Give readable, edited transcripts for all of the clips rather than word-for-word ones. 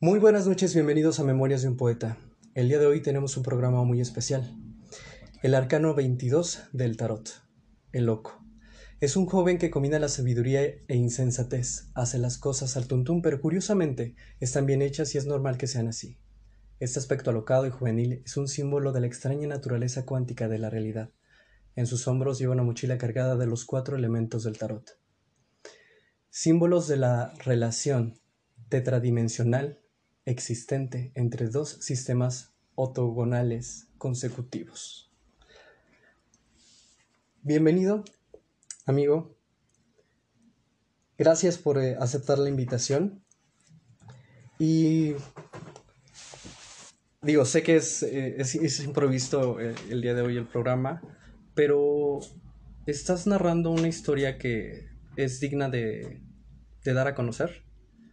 Muy buenas noches, bienvenidos a Memorias de un Poeta. El día de hoy tenemos un programa muy especial. El arcano 22 del tarot, el loco. Es un joven que combina la sabiduría e insensatez, hace las cosas al tuntún, pero curiosamente están bien hechas y es normal que sean así. Este aspecto alocado y juvenil es un símbolo de la extraña naturaleza cuántica de la realidad. En sus hombros lleva una mochila cargada de los 4 elementos del tarot. Símbolos de la relación tetradimensional existente entre dos sistemas ortogonales consecutivos. Bienvenido, amigo. Gracias por aceptar la invitación. Y digo, sé que es improvisto el día de hoy el programa, pero estás narrando una historia que es digna de dar a conocer.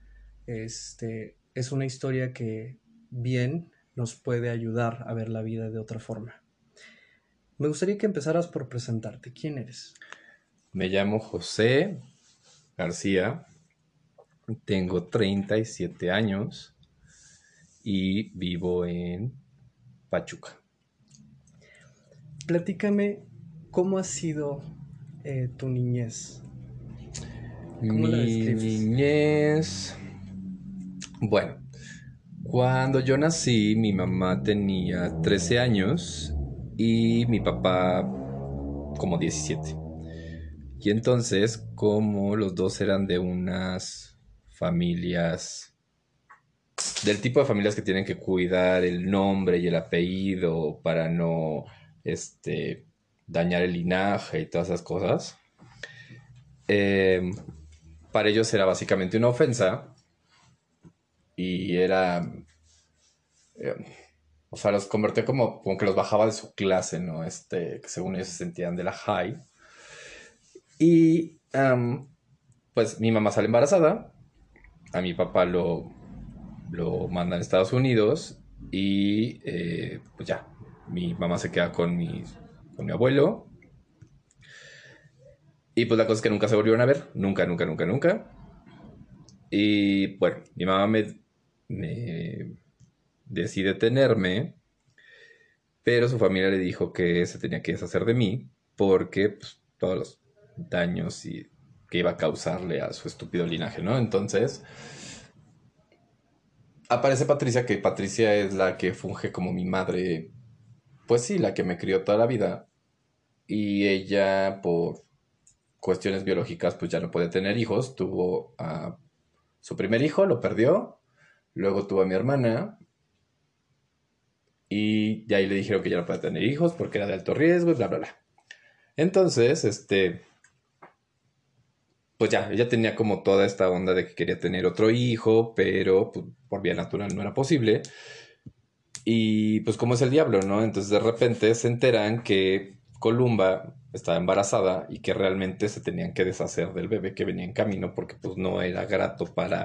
Es una historia que bien nos puede ayudar a ver la vida de otra forma. Me gustaría que empezaras por presentarte. ¿Quién eres? Me llamo José García, tengo 37 años y vivo en Pachuca. Platícame cómo ha sido tu niñez. ¿Cómo la Mi describes? niñez... Bueno, cuando yo nací mi mamá tenía 13 años y mi papá como 17. Y entonces, como los dos eran de unas familias, del tipo de familias que tienen que cuidar el nombre y el apellido para no, dañar el linaje y todas esas cosas, eh, para ellos era básicamente una ofensa y era, eh, o sea, los convertía como que los bajaba de su clase, ¿no? Que según ellos se sentían de la high. Y pues mi mamá sale embarazada, a mi papá lo mandan a Estados Unidos y pues ya, mi mamá se queda con mi abuelo. Y pues la cosa es que nunca se volvieron a ver, nunca, nunca, nunca, nunca. Y bueno, mi mamá me decide tenerme, pero su familia le dijo que se tenía que deshacer de mí porque pues, todos los daños que iba a causarle a su estúpido linaje, ¿no? Entonces aparece Patricia, que Patricia es la que funge como mi madre, pues sí, la que me crió toda la vida. Y ella, por cuestiones biológicas, pues ya no puede tener hijos. Tuvo a su primer hijo, lo perdió. Luego tuvo a mi hermana. Y de ahí le dijeron que ya no puede tener hijos porque era de alto riesgo y bla, bla, bla. Entonces, pues ya, ella tenía como toda esta onda de que quería tener otro hijo, pero pues, por vía natural no era posible. Y pues como es el diablo, ¿no? Entonces de repente se enteran que Columba estaba embarazada y que realmente se tenían que deshacer del bebé que venía en camino porque pues no era grato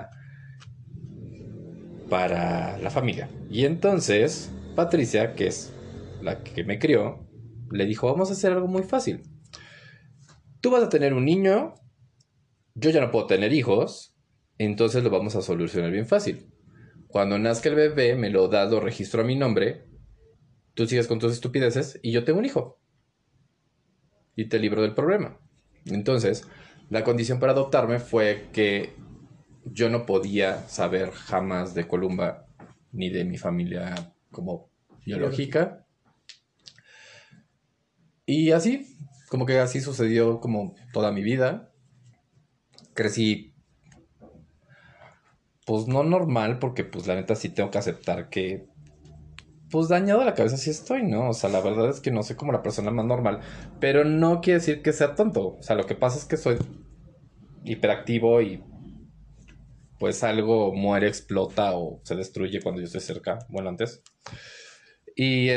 para la familia. Y entonces Patricia, que es la que me crió, le dijo, vamos a hacer algo muy fácil. Tú vas a tener un niño, yo ya no puedo tener hijos, entonces lo vamos a solucionar bien fácil. Cuando nazca el bebé, me lo das, lo registro a mi nombre, tú sigues con tus estupideces y yo tengo un hijo. Y te libro del problema. Entonces, la condición para adoptarme fue que yo no podía saber jamás de Columba ni de mi familia como Biológica. biológica. Y así, como que así sucedió como toda mi vida. Crecí, pues no normal, porque pues la neta sí tengo que aceptar que pues dañado de la cabeza sí estoy, ¿no? O sea, la verdad es que no soy como la persona más normal, pero no quiere decir que sea tonto. O sea, lo que pasa es que soy hiperactivo y pues algo muere, explota o se destruye cuando yo estoy cerca, bueno, antes. Y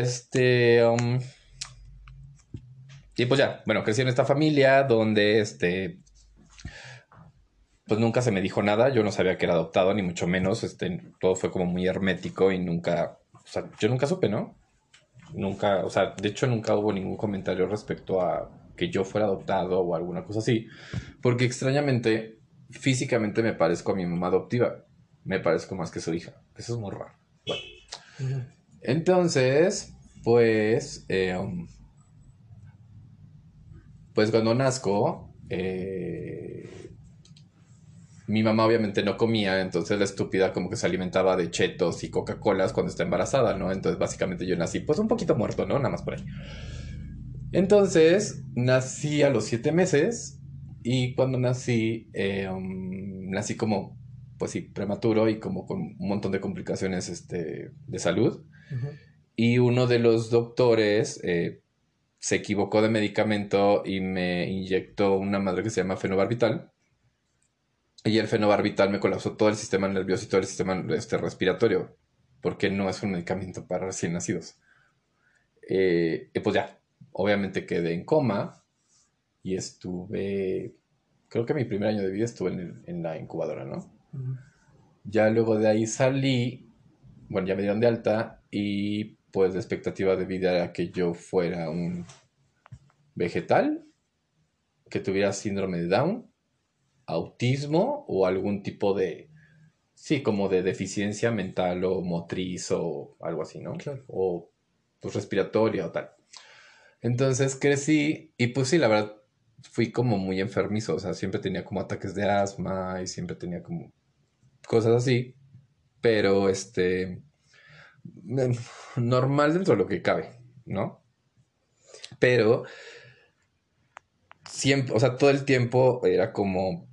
y pues ya, bueno, crecí en esta familia donde pues nunca se me dijo nada, yo no sabía que era adoptado, ni mucho menos, todo fue como muy hermético y nunca, o sea, yo nunca supe, ¿no? Nunca, o sea, de hecho nunca hubo ningún comentario respecto a que yo fuera adoptado o alguna cosa así, porque extrañamente, físicamente me parezco a mi mamá adoptiva. me parezco más que su hija. Eso es muy raro. Bueno, Ujú. entonces, pues, pues cuando nazco, mi mamá obviamente no comía, entonces la estúpida como que se alimentaba de chetos y Coca-Colas cuando está embarazada, ¿no? Entonces básicamente yo nací pues un poquito muerto, ¿no? Nada más por ahí. Entonces nací a los 7 meses y cuando nací, nací como, pues sí, prematuro y como con un montón de complicaciones de salud. Ujú. Y uno de los doctores se equivocó de medicamento y me inyectó una madre que se llama fenobarbital. Y el fenobarbital me colapsó todo el sistema nervioso y todo el sistema respiratorio, porque no es un medicamento para recién nacidos. Y pues ya, obviamente quedé en coma y estuve, creo que mi primer año de vida estuve en la incubadora, ¿no? Ujú. Ya luego de ahí salí, bueno, ya me dieron de alta y pues la expectativa de vida era que yo fuera un vegetal, que tuviera síndrome de Down, autismo o algún tipo de, sí, como de deficiencia mental o motriz o algo así, ¿no? Claro. O pues respiratoria o tal. Entonces crecí y pues sí, la verdad fui como muy enfermizo, o sea, siempre tenía como ataques de asma y siempre tenía como cosas así, pero normal dentro de lo que cabe, ¿no? Pero siempre, o sea, todo el tiempo era como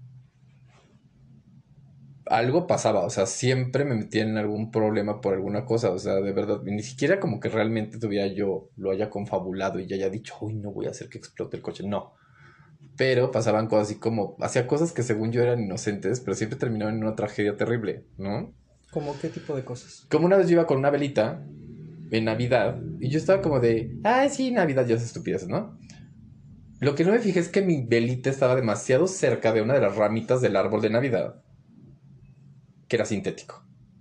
algo pasaba, o sea, siempre me metía en algún problema por alguna cosa, o sea, de verdad, ni siquiera como que realmente tuviera yo, lo haya confabulado y ya haya dicho, uy, no voy a hacer que explote el coche, no. Pero pasaban cosas así como, hacía cosas que según yo eran inocentes, pero siempre terminaban en una tragedia terrible, ¿no? ¿Cómo qué tipo de cosas? Como una vez yo iba con una velita en Navidad y yo estaba como de, ay, sí, Navidad, ya es estupidez, ¿no? Lo que no me fijé es que mi velita estaba demasiado cerca de una de las ramitas del árbol de Navidad, que era sintético.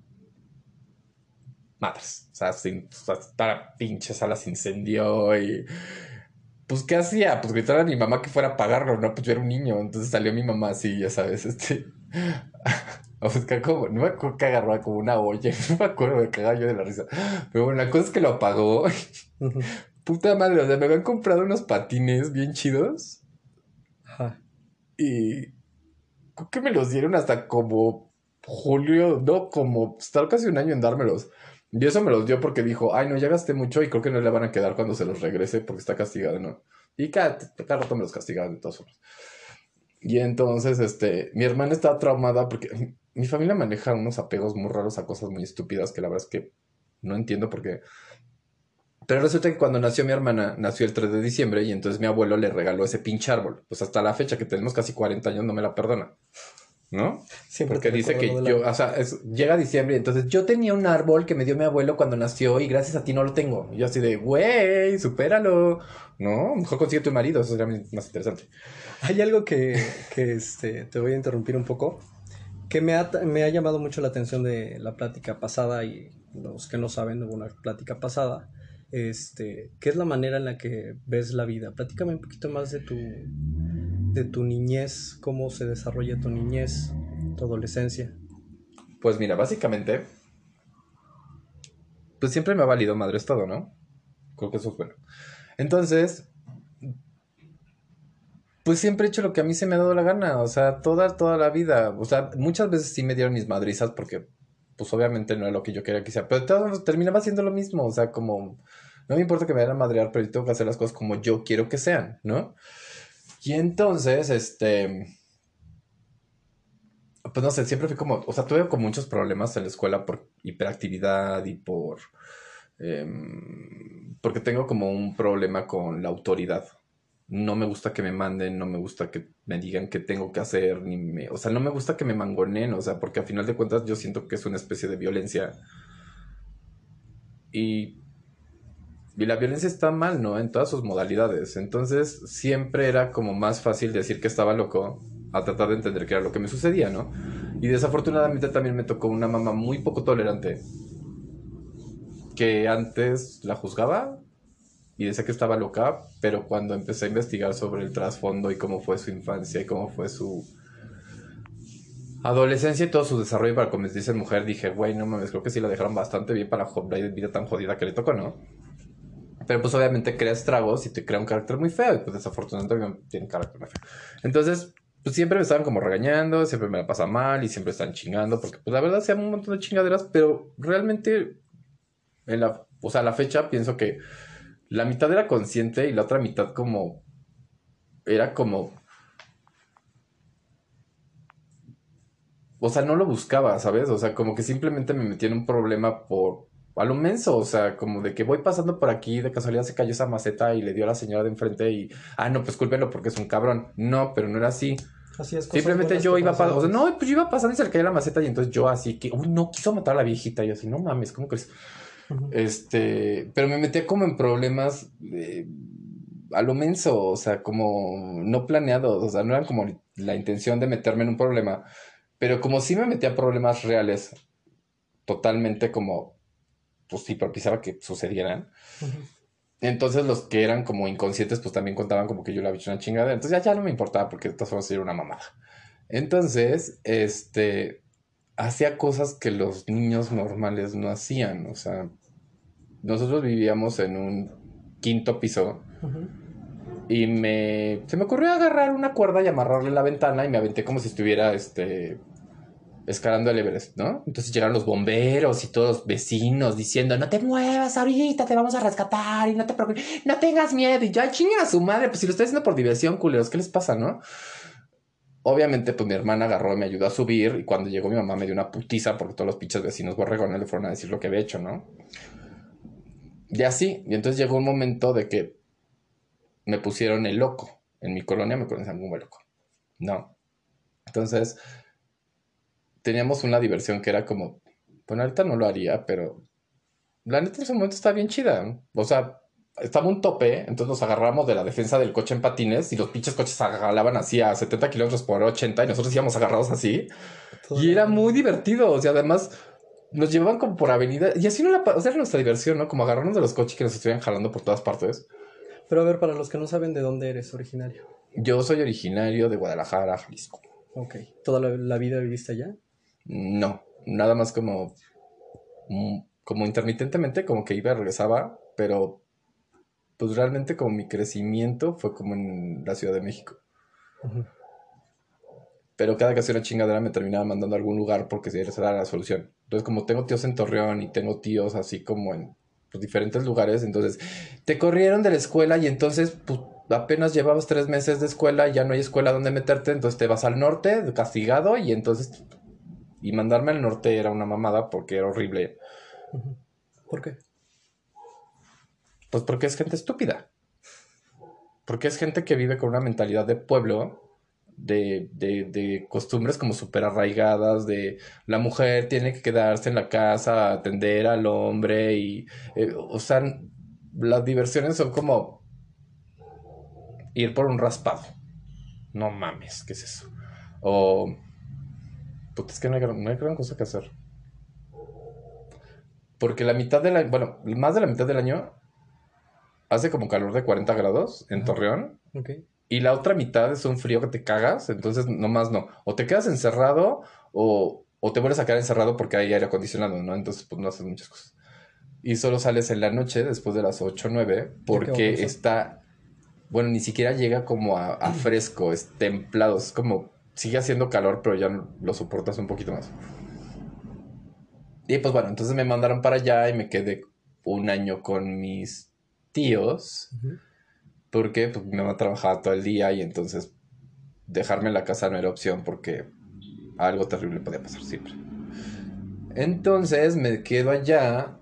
Madres. O sea, hasta la pinche sala se incendió y... Pues, ¿qué hacía? Pues gritar a mi mamá que fuera a apagarlo, ¿no? Pues yo era un niño, entonces salió mi mamá así, ya sabes, a buscar como, no me acuerdo que agarraba como una olla, no me acuerdo, me cagaba yo de la risa. Pero bueno, la cosa es que lo apagó. Ujú. Puta madre, o sea, me habían comprado unos patines bien chidos Ajá. y creo que me los dieron hasta como julio, no, como estar casi un año en dármelos. Y eso me los dio porque dijo, ay, no, ya gasté mucho y creo que no le van a quedar cuando se los regrese porque está castigado, ¿no? Y cada rato me los castigaban de todas formas. Y entonces, mi hermana estaba traumada porque mi familia maneja unos apegos muy raros a cosas muy estúpidas que la verdad es que no entiendo por qué. Pero resulta que cuando nació mi hermana, nació el 3 de diciembre y entonces mi abuelo le regaló ese pinche árbol. Pues hasta la fecha que tenemos casi 40 años no me la perdona. ¿No? Siempre te Porque dice recuerdo lo que del yo, árbol. o sea, llega diciembre y entonces yo tenía un árbol que me dio mi abuelo cuando nació y gracias a ti no lo tengo. Y yo así de, güey, supéralo. No, mejor consigue tu marido, eso sería más interesante. Hay algo que te voy a interrumpir un poco, que me ha llamado mucho la atención de la plática pasada y los que no saben, hubo una plática pasada, ¿qué es la manera en la que ves la vida? Platícame un poquito más de tu niñez, cómo se desarrolla tu niñez, tu adolescencia. Pues mira, básicamente, pues siempre me ha valido madres todo, ¿no? Creo que eso es bueno. Entonces, pues siempre he hecho lo que a mí se me ha dado la gana, o sea, toda la vida. O sea, muchas veces sí me dieron mis madrizas porque, pues obviamente no era lo que yo quería que sea, pero terminaba siendo lo mismo, o sea, como, no me importa que me vayan a madrear, pero yo tengo que hacer las cosas como yo quiero que sean, ¿no? Y entonces, pues no sé, siempre fui como, o sea, tuve como muchos problemas en la escuela por hiperactividad y porque tengo como un problema con la autoridad. No me gusta que me manden, no me gusta que me digan qué tengo que hacer, o sea, no me gusta que me mangonen, o sea, porque a final de cuentas yo siento que es una especie de violencia y, y la violencia está mal, ¿no? En todas sus modalidades. Entonces siempre era como más fácil decir que estaba loco a tratar de entender qué era lo que me sucedía, ¿no? Y desafortunadamente también me tocó una mamá muy poco tolerante que antes la juzgaba y decía que estaba loca, pero cuando empecé a investigar sobre el trasfondo y cómo fue su infancia y cómo fue adolescencia y todo su desarrollo para convertirse en mujer, dije, güey, no mames, creo que sí la dejaron bastante bien para la vida tan jodida que le tocó, ¿no? Pero pues obviamente crea estragos y te crea un carácter muy feo. Y pues desafortunadamente tiene un carácter muy feo. Entonces, pues siempre me estaban como regañando, siempre me la pasa mal y siempre están chingando. Porque pues la verdad se llaman un montón de chingaderas, pero realmente o sea, a la fecha pienso que la mitad era consciente y la otra mitad como era como, o sea, no lo buscaba, ¿sabes? O sea, como que simplemente me metí en un problema por a lo menso, o sea, como de que voy pasando por aquí, de casualidad se cayó esa maceta y le dio a la señora de enfrente y, no, pues cúlpenlo porque es un cabrón. No, pero no era así. Así es, cosas Simplemente buenas yo que iba pasan pasando, o sea, antes. no, pues yo iba pasando y se le cayó la maceta y entonces yo así que, uy, no, quiso matar a la viejita. Y yo así, no mames, ¿cómo crees? Ujú. Pero me metía como en problemas a lo menso, o sea, como no planeados, o sea, no eran como la intención de meterme en un problema, pero como sí me metía a problemas reales, totalmente como, pues sí, propiciaba que sucedieran. Ujú. Entonces los que eran como inconscientes, pues también contaban como que yo le había hecho una chingada. Entonces ya no me importaba porque de todas formas era una mamada. Entonces, hacía cosas que los niños normales no hacían. O sea, nosotros vivíamos en un quinto piso Ujú. y se me ocurrió agarrar una cuerda y amarrarle la ventana y me aventé como si estuviera, escalando el Everest, ¿no? Entonces llegaron los bomberos y todos los vecinos diciendo, no te muevas ahorita, te vamos a rescatar y no te preocupes, no tengas miedo. Y ya chinguen a su madre, pues si lo estoy haciendo por diversión, culeros, ¿qué les pasa, no? Obviamente, pues mi hermana agarró y me ayudó a subir y cuando llegó mi mamá me dio una putiza porque todos los pinches vecinos borregones le fueron a decir lo que había hecho, ¿no? Y así, y entonces llegó un momento de que me pusieron el loco. En mi colonia me conocían como el loco, ¿no? Entonces, teníamos una diversión que era como, bueno, ahorita no lo haría, pero la neta en ese momento está bien chida. O sea, estaba un tope, entonces nos agarramos de la defensa del coche en patines y los pinches coches se jalaban así a 70 kilómetros por 80 y nosotros íbamos agarrados así. Toda Y la era madre. muy divertido. O sea, además nos llevaban como por avenida y así no o sea, era nuestra diversión, ¿no? Como agarrarnos de los coches que nos estuvieran jalando por todas partes. Pero a ver, para los que no saben de dónde eres originario. Yo soy originario de Guadalajara, Jalisco. Ok. ¿Toda la vida viviste allá? No, nada más como, como intermitentemente, como que iba y regresaba, pero pues realmente como mi crecimiento fue como en la Ciudad de México. Ujú. Pero cada que hacía una chingadera me terminaba mandando a algún lugar porque esa era la solución. Entonces, como tengo tíos en Torreón y tengo tíos así como en pues, diferentes lugares, entonces te corrieron de la escuela y entonces pues, apenas llevabas 3 meses de escuela y ya no hay escuela donde meterte, entonces te vas al norte castigado y entonces... Y mandarme al norte era una mamada porque era horrible. Ujú. ¿Por qué? Pues porque es gente estúpida. Porque es gente que vive con una mentalidad de pueblo, de costumbres como súper arraigadas, de la mujer tiene que quedarse en la casa a atender al hombre y, o sea, las diversiones son como ir por un raspado. No mames, ¿qué es eso? O, pues es que no hay gran cosa que hacer. Porque la mitad del año, bueno, más de la mitad del año hace como calor de 40 grados en Ajá. Torreón. Ok. Y la otra mitad es un frío que te cagas, entonces nomás no. O te quedas encerrado o te vuelves a quedar encerrado porque hay aire acondicionado, ¿no? Entonces pues no haces muchas cosas. Y solo sales en la noche después de las 8 o 9 ¿Ya qué hora porque son? está, bueno, ni siquiera llega como a fresco, es templado, es como, sigue haciendo calor, pero ya lo soportas un poquito más. Y pues bueno, entonces me mandaron para allá y me quedé un año con mis tíos Ujú. porque pues, mi mamá trabajaba todo el día y entonces dejarme en la casa no era opción porque algo terrible podía pasar siempre. Entonces me quedo allá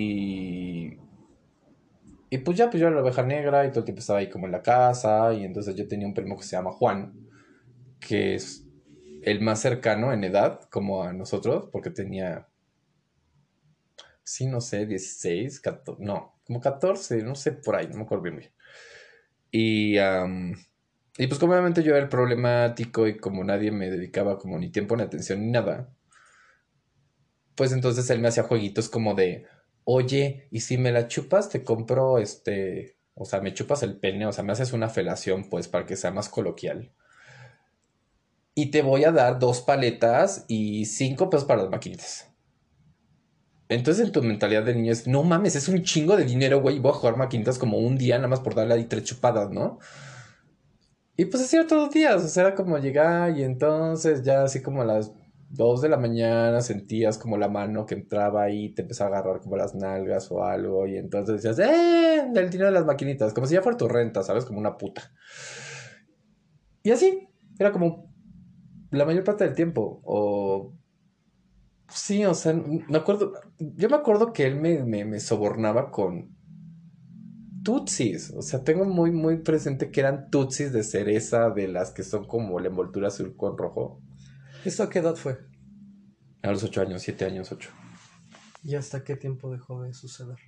y pues ya, pues yo era la oveja negra y todo el tiempo estaba ahí como en la casa y entonces yo tenía un primo que se llama Juan, que es el más cercano en edad como a nosotros, porque tenía, sí, no sé, 16 14, no, como 14 no sé, por ahí, no me acuerdo bien bien. Y, y pues como obviamente yo era el problemático y como nadie me dedicaba como ni tiempo ni atención ni nada, pues entonces él me hacía jueguitos como de, oye, y si me la chupas, te compro o sea, me chupas el pene, o sea, me haces una felación, pues, para que sea más coloquial. y te voy a dar 2 paletas y 5 pesos para las maquinitas. Entonces en tu mentalidad de niño es, no mames, es un chingo de dinero, güey, y voy a jugar maquinitas como un día nada más por darle ahí 3 chupadas, ¿no? Y pues así era todos los días, o sea, era como llegar y entonces ya así como a las 2 de la mañana sentías como la mano que entraba ahí, te empezaba a agarrar como las nalgas o algo y entonces decías, el dinero de las maquinitas, como si ya fuera tu renta, ¿sabes? Como una puta. Y así, era como la mayor parte del tiempo, o sí, o sea, me acuerdo, yo me acuerdo que él me sobornaba con tutsis, o sea, tengo muy, muy presente que eran tutsis de cereza, de las que son como la envoltura azul con rojo. ¿Esto a qué edad fue? A los 8 años, 7 años, 8. ¿Y hasta qué tiempo dejó de suceder?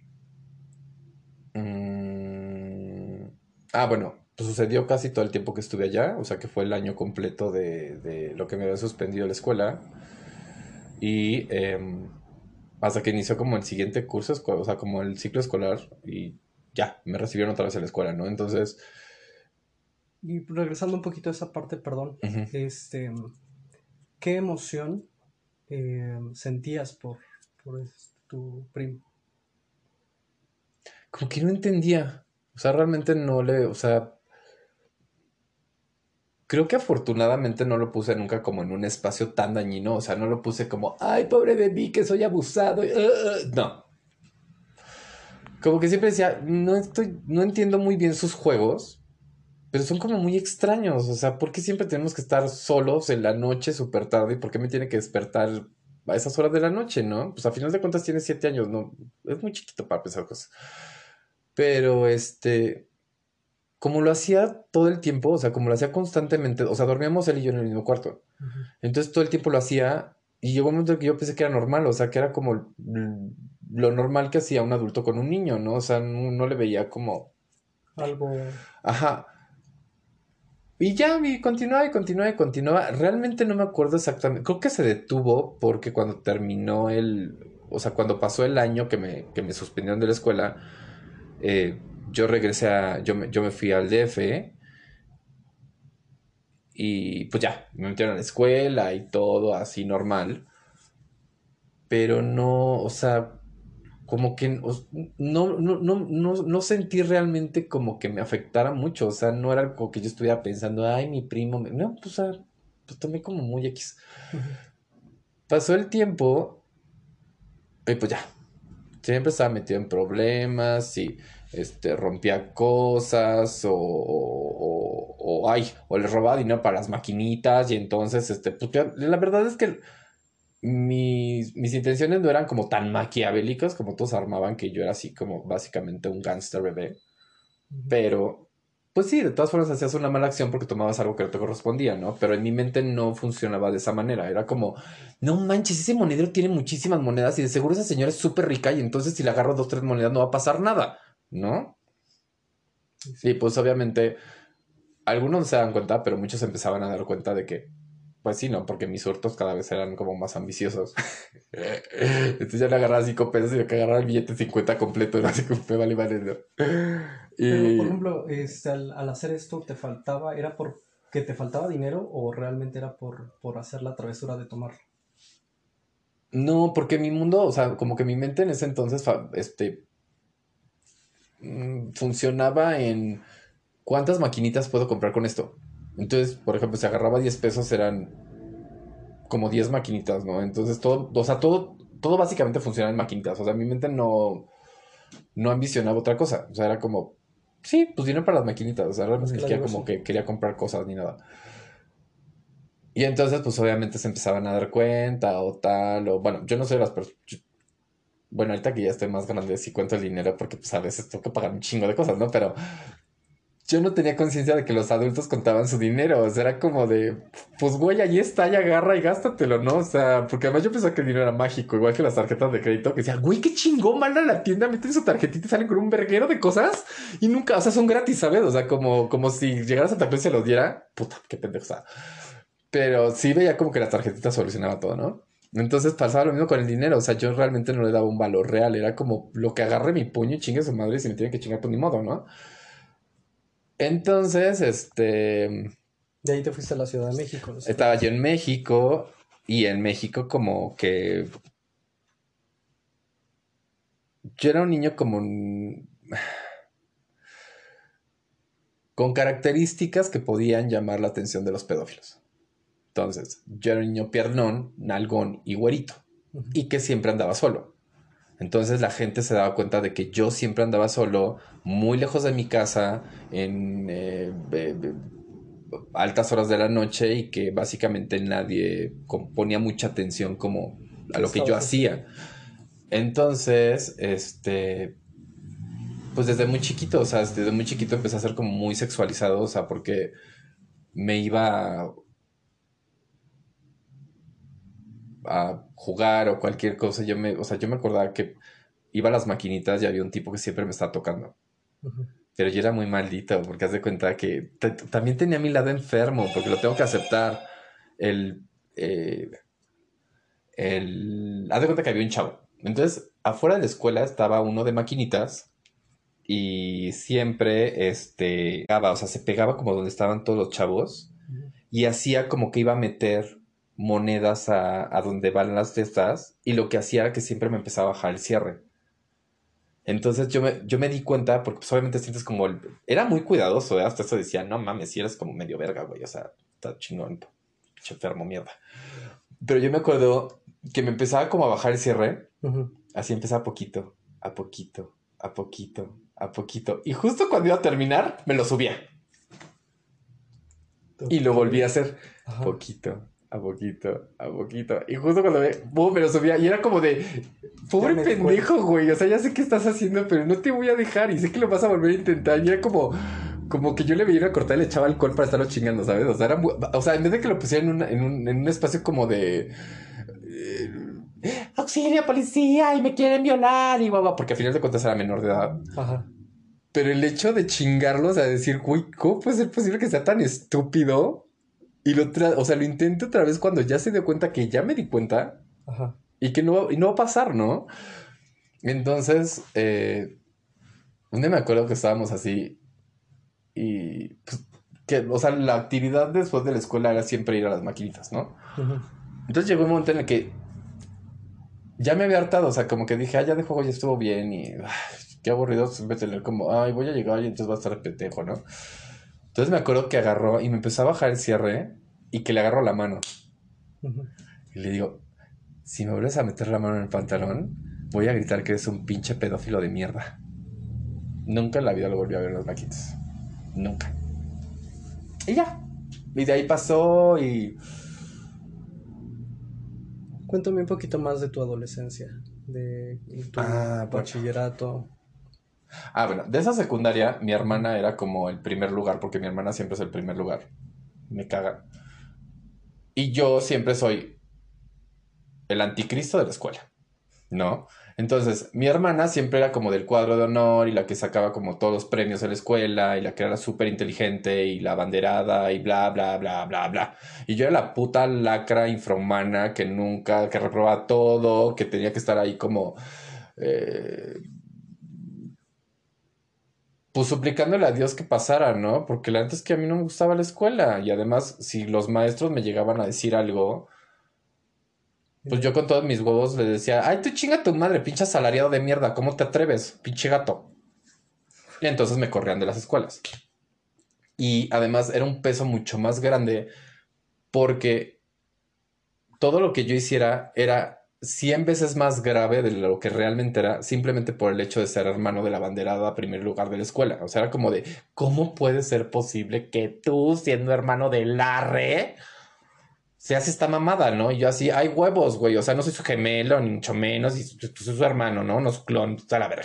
Mm, bueno, pues sucedió casi todo el tiempo que estuve allá, o sea que fue el año completo de lo que me había suspendido la escuela. Y hasta que inició como el siguiente curso, o sea, como el ciclo escolar, y ya, me recibieron otra vez en la escuela, ¿no? Entonces, Y regresando un poquito a esa parte, perdón, ujú, este, ¿qué emoción sentías por tu primo? como que no entendía, o sea, realmente no le, o sea, creo que afortunadamente no lo puse nunca como en un espacio tan dañino, o sea, no lo puse como, ay, pobre de mí, que soy abusado, no. Como que siempre decía, no entiendo muy bien sus juegos, pero son como muy extraños. O sea, ¿por qué siempre tenemos que estar solos en la noche súper tarde? ¿Y por qué me tiene que despertar a esas horas de la noche, no? Pues a final de cuentas tiene 7 años, ¿no? Es muy chiquito para pensar cosas. Pero como lo hacía todo el tiempo, o sea, como lo hacía constantemente, o sea, dormíamos él y yo en el mismo cuarto. Ujú. Entonces todo el tiempo lo hacía y llegó un momento en que yo pensé que era normal, o sea, que era como lo normal que hacía un adulto con un niño, ¿no? O sea, no le veía como, Algo, ajá. Y ya, y continuaba y continuaba y continuaba. Realmente no me acuerdo exactamente. Creo que se detuvo porque cuando terminó o sea, cuando pasó el año que me suspendieron de la escuela, yo regresé yo me fui al DF y pues ya, me metieron a la escuela y todo así normal. Pero no, o sea, como que no sentí realmente como que me afectara mucho. O sea, no era como que yo estuviera pensando, ay, mi primo. No, pues, o sea, pues tomé como muy X. ujú, Pasó el tiempo y pues ya. Siempre estaba metido en problemas y rompía cosas o le robaba dinero para las maquinitas y entonces, pues, la verdad es que mis intenciones no eran como tan maquiavélicas como todos armaban que yo era así como básicamente un gángster bebé. ujú. Pero, pues sí, de todas formas hacías una mala acción porque tomabas algo que no te correspondía, ¿no? Pero en mi mente no funcionaba de esa manera. Era como, no manches, ese monedero tiene muchísimas monedas y de seguro esa señora es súper rica y entonces si le agarro 2, 3 monedas no va a pasar nada, ¿no? Sí, sí. Y pues obviamente algunos no se dan cuenta, pero muchos empezaban a dar cuenta de que, pues sí, ¿no? Porque mis hurtos cada vez eran como más ambiciosos. Entonces ya le agarraba 5 pesos y yo que agarraba el billete 50 completo, era así como me vale, vale, ¿no? Pero, por Y ejemplo, al hacer esto, ¿era porque te faltaba dinero o realmente era por hacer la travesura de tomarlo? no, porque mi mundo, o sea, como que mi mente en ese entonces funcionaba en cuántas maquinitas puedo comprar con esto. Entonces, por ejemplo, si agarraba 10 pesos eran como 10 maquinitas, ¿no? Entonces todo, o sea, todo básicamente funcionaba en maquinitas. O sea, mi mente no ambicionaba otra cosa. O sea, era como, sí, pues dinero para las maquinitas. O sea, Más realmente ni que la siquiera como diversión. que quería comprar cosas ni nada. Y entonces, pues obviamente se empezaban a dar cuenta o tal, o bueno, yo no soy de las personas. Bueno, ahorita que ya estoy más grande, sí cuento el dinero porque pues a veces tengo que pagar un chingo de cosas, ¿no? Pero yo no tenía conciencia de que los adultos contaban su dinero. O sea, era como de, pues güey, ahí está, ya agarra y gástatelo, ¿no? O sea, porque además yo pensaba que el dinero era mágico, igual que las tarjetas de crédito, que decía, güey, qué chingón, van a la tienda, meten su tarjetita y salen con un verguero de cosas y nunca, o sea, son gratis, ¿sabes? O sea, como si llegara a Santa Cruz y se los diera, puta, qué pendejo, o sea. Pero sí veía como que la tarjetita solucionaba todo, ¿no? Entonces pasaba lo mismo con el dinero, o sea, yo realmente no le daba un valor real, era como lo que agarre mi puño y chingue a su madre y si me tiene que chingar, pues ni modo, ¿no? Entonces, De ahí te fuiste a la Ciudad de México, ¿no? Estaba yo en México y en México como que yo era un niño como con características que podían llamar la atención de los pedófilos. Entonces, yo era un niño piernón, nalgón y güerito, Ujú. y que siempre andaba solo. Entonces la gente se daba cuenta de que yo siempre andaba solo, muy lejos de mi casa, en altas horas de la noche y que básicamente nadie ponía mucha atención como a ¿Qué lo que yo estabas haciendo? hacía. Entonces, pues desde muy chiquito, o sea, desde muy chiquito empecé a ser como muy sexualizado, o sea, porque me iba a jugar o cualquier cosa, o sea, yo me acordaba que iba a las maquinitas y había un tipo que siempre me estaba tocando. Ujú. Pero yo era muy maldito, porque haz de cuenta que también tenía mi lado enfermo, porque lo tengo que aceptar. El, eh, haz de cuenta que había un chavo. Entonces, afuera de la escuela estaba uno de maquinitas y siempre, o sea, se pegaba como donde estaban todos los chavos Ujú. y hacía como que iba a meter monedas a donde van las de estas y lo que hacía era que siempre me empezaba a bajar el cierre. Entonces yo me di cuenta, porque pues obviamente sientes como... Era muy cuidadoso, ¿eh? Hasta eso decía, no mames, si eres como medio verga, güey, o sea, está chingón, pinche enfermo, mierda. Pero yo me acuerdo que me empezaba como a bajar el cierre, Ujú. así empezaba poquito, a poquito, a poquito, a poquito. Y justo cuando iba a terminar, me lo subía. Y lo Ok. volví a hacer Ajá. poquito, a poquito, a poquito. Y justo cuando me lo subía. Y era como de, Ya pobre me di cuenta. pendejo, güey. O sea, ya sé qué estás haciendo, pero no te voy a dejar. Y sé que lo vas a volver a intentar. Y era como que yo le veía a cortar y le echaba alcohol para estarlo chingando, ¿sabes? O sea, o sea, en vez de que lo pusiera en un espacio como de... auxilio, policía, y me quieren violar, y guau, porque al final de cuentas era menor de edad. Ajá. Pero el hecho de chingarlos, a decir, güey, ¿cómo puede ser posible que sea tan estúpido? Y o sea, lo intento otra vez cuando ya se dio cuenta que ya me di cuenta Ajá. y que no va a pasar, ¿no? Entonces, un día me acuerdo que estábamos así y, pues, o sea, la actividad después de la escuela era siempre ir a las maquinitas, ¿no? Ujú. Entonces llegó un momento en el que ya me había hartado, o sea, como que dije, ya de juego ya estuvo bien y qué aburrido siempre tener como, voy a llegar y entonces va a estar el pendejo, ¿no? Entonces me acuerdo que agarró y me empezó a bajar el cierre y que le agarró la mano. Ujú. Y le digo, si me vuelves a meter la mano en el pantalón, voy a gritar que eres un pinche pedófilo de mierda. Nunca en la vida lo volví a ver en las maquitas. Nunca. Y ya. Y de ahí pasó y... Cuéntame un poquito más de tu adolescencia, de tu Bueno. bachillerato. Bueno, de esa secundaria mi hermana era como el primer lugar, porque mi hermana siempre es el primer lugar. Me caga. Y yo siempre soy el anticristo de la escuela. ¿No? Entonces, mi hermana siempre era como del cuadro de honor y la que sacaba como todos los premios en la escuela y la que era súper inteligente y la banderada y bla, bla, bla, bla, bla. Y yo era la puta lacra infrahumana que nunca, que reprobaba todo, que tenía que estar ahí como, eh, pues suplicándole a Dios que pasara, ¿no? Porque la neta es que a mí no me gustaba la escuela y además, si los maestros me llegaban a decir algo, pues yo con todos mis huevos le decía, ay, tú chinga tu madre, pinche asalariado de mierda, ¿cómo te atreves? Pinche gato. Y entonces me corrían de las escuelas. Y además era un peso mucho más grande porque todo lo que yo hiciera era 100 veces más grave de lo que realmente era, simplemente por el hecho de ser hermano de la banderada a primer lugar de la escuela. O sea, era como de, ¿cómo puede ser posible que tú, siendo hermano de Larre, seas esta mamada, ¿no? Y yo así, hay huevos, güey. O sea, no soy su gemelo, ni mucho menos, y tú soy su hermano, ¿no? No su clon, está la verga.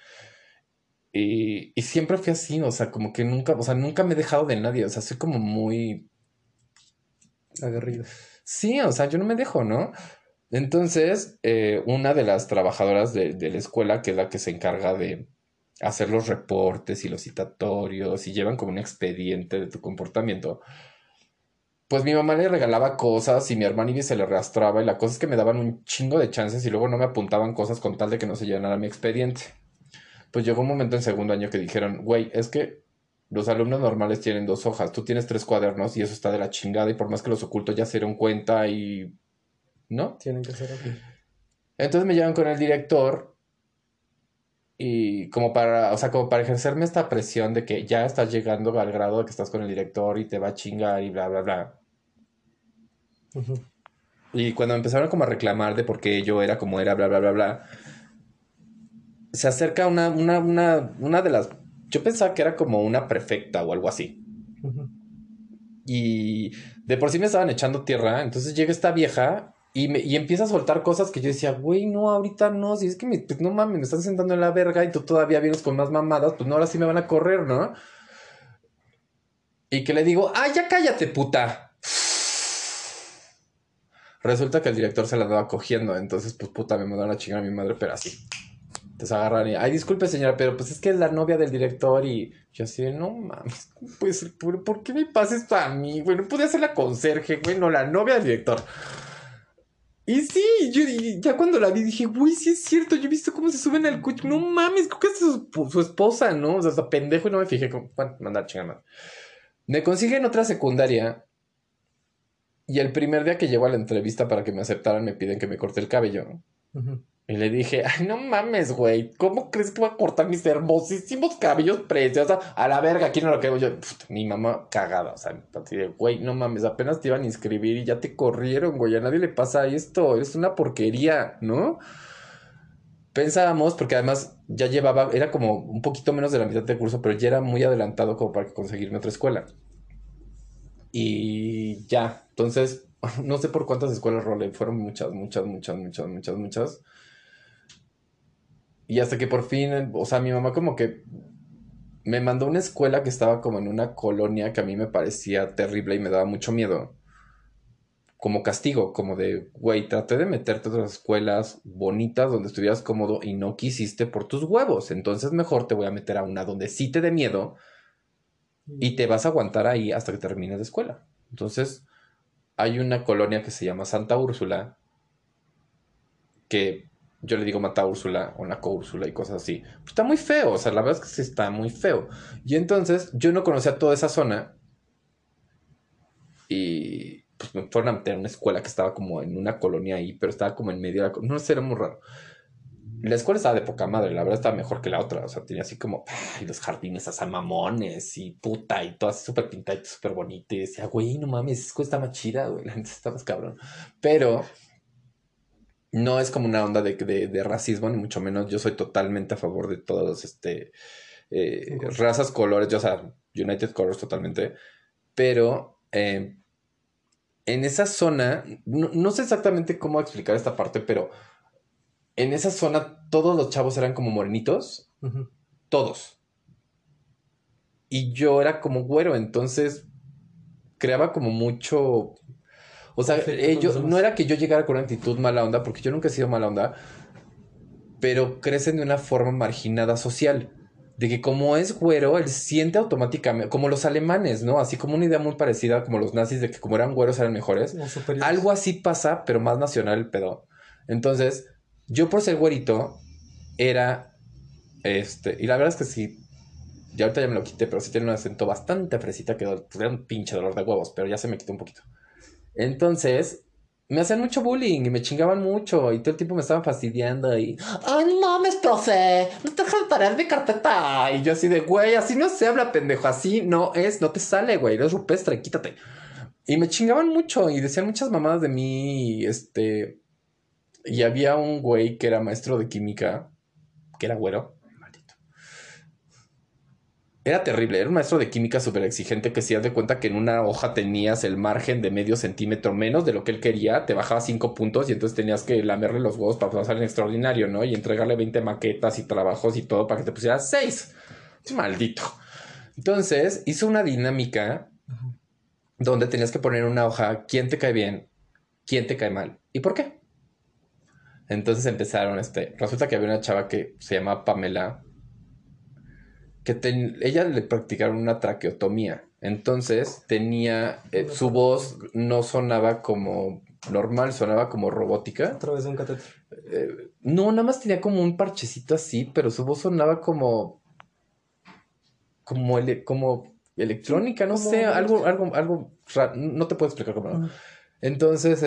Y siempre fui así, o sea, como que nunca, o sea, nunca me he dejado de nadie, o sea, soy como muy... Aguerrido. Sí, o sea, yo no me dejo, ¿no? Entonces, una de las trabajadoras de la escuela, que es la que se encarga de hacer los reportes y los citatorios y llevan como un expediente de tu comportamiento, pues mi mamá le regalaba cosas y mi hermana iba y se le arrastraba y la cosa es que me daban un chingo de chances y luego no me apuntaban cosas con tal de que no se llenara mi expediente. Pues llegó un momento en segundo año que dijeron, güey, es que Los alumnos normales tienen 2 hojas, tú tienes 3 cuadernos y eso está de la chingada y por más que los ocultos ya se dieron cuenta y... ¿No? Tienen que ser así. Entonces me llevan con el director y como para, o sea, como para ejercerme esta presión de que ya estás llegando al grado de que estás con el director y te va a chingar y bla, bla, bla. Ujú. Y cuando me empezaron como a reclamar de por qué yo era como era, bla, bla, bla, bla, se acerca una de las... Yo pensaba que era como una prefecta o algo así. Ujú. Y de por sí me estaban echando tierra. Entonces llega esta vieja y empieza a soltar cosas que yo decía, güey, no, ahorita no. Si es que pues, no mames, me están sentando en la verga y tú todavía vienes con más mamadas, pues no, ahora sí me van a correr, ¿no? Y que le digo, ah, ya cállate, puta. Resulta que el director se la andaba cogiendo. Entonces, pues puta, me mandaron a chingar a mi madre, pero así. Te agarran y, ay, disculpe señora, pero pues es que es la novia del director y yo así de, no mames, pues, ¿por qué me pasa esto a mí, güey? No podía ser la conserje, güey, no, la novia del director. Y sí, y ya cuando la vi dije, güey, sí es cierto, yo he visto cómo se suben al coche, no mames, creo que es su esposa, ¿no? O sea, hasta pendejo y no me fijé, como, bueno, mandar chingada madre. Me consiguen otra secundaria y el primer día que llego a la entrevista para que me aceptaran me piden que me corte el cabello. Ujú. Y le dije, ay, no mames, güey, ¿cómo crees que voy a cortar mis hermosísimos cabellos preciosos? A la verga, aquí no lo quedo yo. Mi mamá cagada, o sea, así de, güey, no mames, apenas te iban a inscribir y ya te corrieron, güey, a nadie le pasa esto, es una porquería, ¿no? Pensábamos, porque además ya llevaba, era como un poquito menos de la mitad del curso, pero ya era muy adelantado como para conseguirme otra escuela. Y ya, entonces, no sé por cuántas escuelas rolé, fueron muchas, muchas, muchas, muchas, muchas, muchas. Y hasta que por fin, o sea, mi mamá como que me mandó a una escuela que estaba como en una colonia que a mí me parecía terrible y me daba mucho miedo. Como castigo, como de, güey, traté de meterte a otras escuelas bonitas donde estuvieras cómodo y no quisiste por tus huevos. Entonces mejor te voy a meter a una donde sí te dé miedo y te vas a aguantar ahí hasta que termines de escuela. Entonces hay una colonia que se llama Santa Úrsula, que yo le digo Mata Úrsula o Naco Úrsula y cosas así. Pues está muy feo, o sea, la verdad es que sí está muy feo. Y entonces yo no conocía toda esa zona y pues me fueron a meter a una escuela que estaba como en una colonia ahí, pero estaba como en medio de la... No sé, era muy raro. La escuela estaba de poca madre, la verdad estaba mejor que la otra, o sea, tenía así como, ay, los jardines asamamones y puta, y todo así súper pintado y súper bonito, y decía, güey, no mames, esa escuela está más chida, güey, la gente está más cabrón, pero no es como una onda de racismo, ni mucho menos. Yo soy totalmente a favor de todos, razas, colores, yo, o sea, United Colors totalmente. Pero en esa zona, no sé exactamente cómo explicar esta parte, pero en esa zona todos los chavos eran como morenitos, Ujú. todos. Y yo era como güero, entonces creaba como mucho... O sea, Conflicto con los no demás. era que yo llegara con una actitud mala onda, porque yo nunca he sido mala onda, pero crecen de una forma marginada social. De que como es güero, él siente automáticamente, como los alemanes, ¿no? Así como una idea muy parecida, como los nazis, de que como eran güeros eran mejores. Los superiores. Algo así pasa, pero más nacional el pedo. Entonces, yo por ser güerito, era, y la verdad es que sí, ya ahorita ya me lo quité, pero sí tiene un acento bastante fresita que pues, era un pinche dolor de huevos, pero ya se me quitó un poquito. Entonces, me hacían mucho bullying y me chingaban mucho y todo el tiempo me estaban fastidiando y, ay, no mames, profe, no te dejas parar mi carpeta. Y yo así de, güey, así no se habla, pendejo, así no es, no te sale, güey, eres rupestre, quítate. Y me chingaban mucho y decían muchas mamadas de mí, y había un güey que era maestro de química, que era güero, maldito. Era terrible, era un maestro de química súper exigente que si haz de cuenta que en una hoja tenías el margen de medio centímetro menos de lo que él quería, te bajaba 5 puntos y entonces tenías que lamerle los huevos para pasar en extraordinario, ¿no? Y entregarle 20 maquetas y trabajos y todo para que te pusieras 6. Maldito. Entonces hizo una dinámica Ujú. donde tenías que poner en una hoja quién te cae bien, quién te cae mal y por qué. Entonces empezaron, resulta que había una chava que se llamaba Pamela, ella le practicaron una traqueotomía. Entonces tenía, Una su parada. voz no sonaba como normal, sonaba como A robótica. través de un catéter. No, nada más tenía como un parchecito así, pero su voz sonaba como, como electrónica, no como sé, música. algo raro, no te puedo explicar cómo. Ujú. Entonces,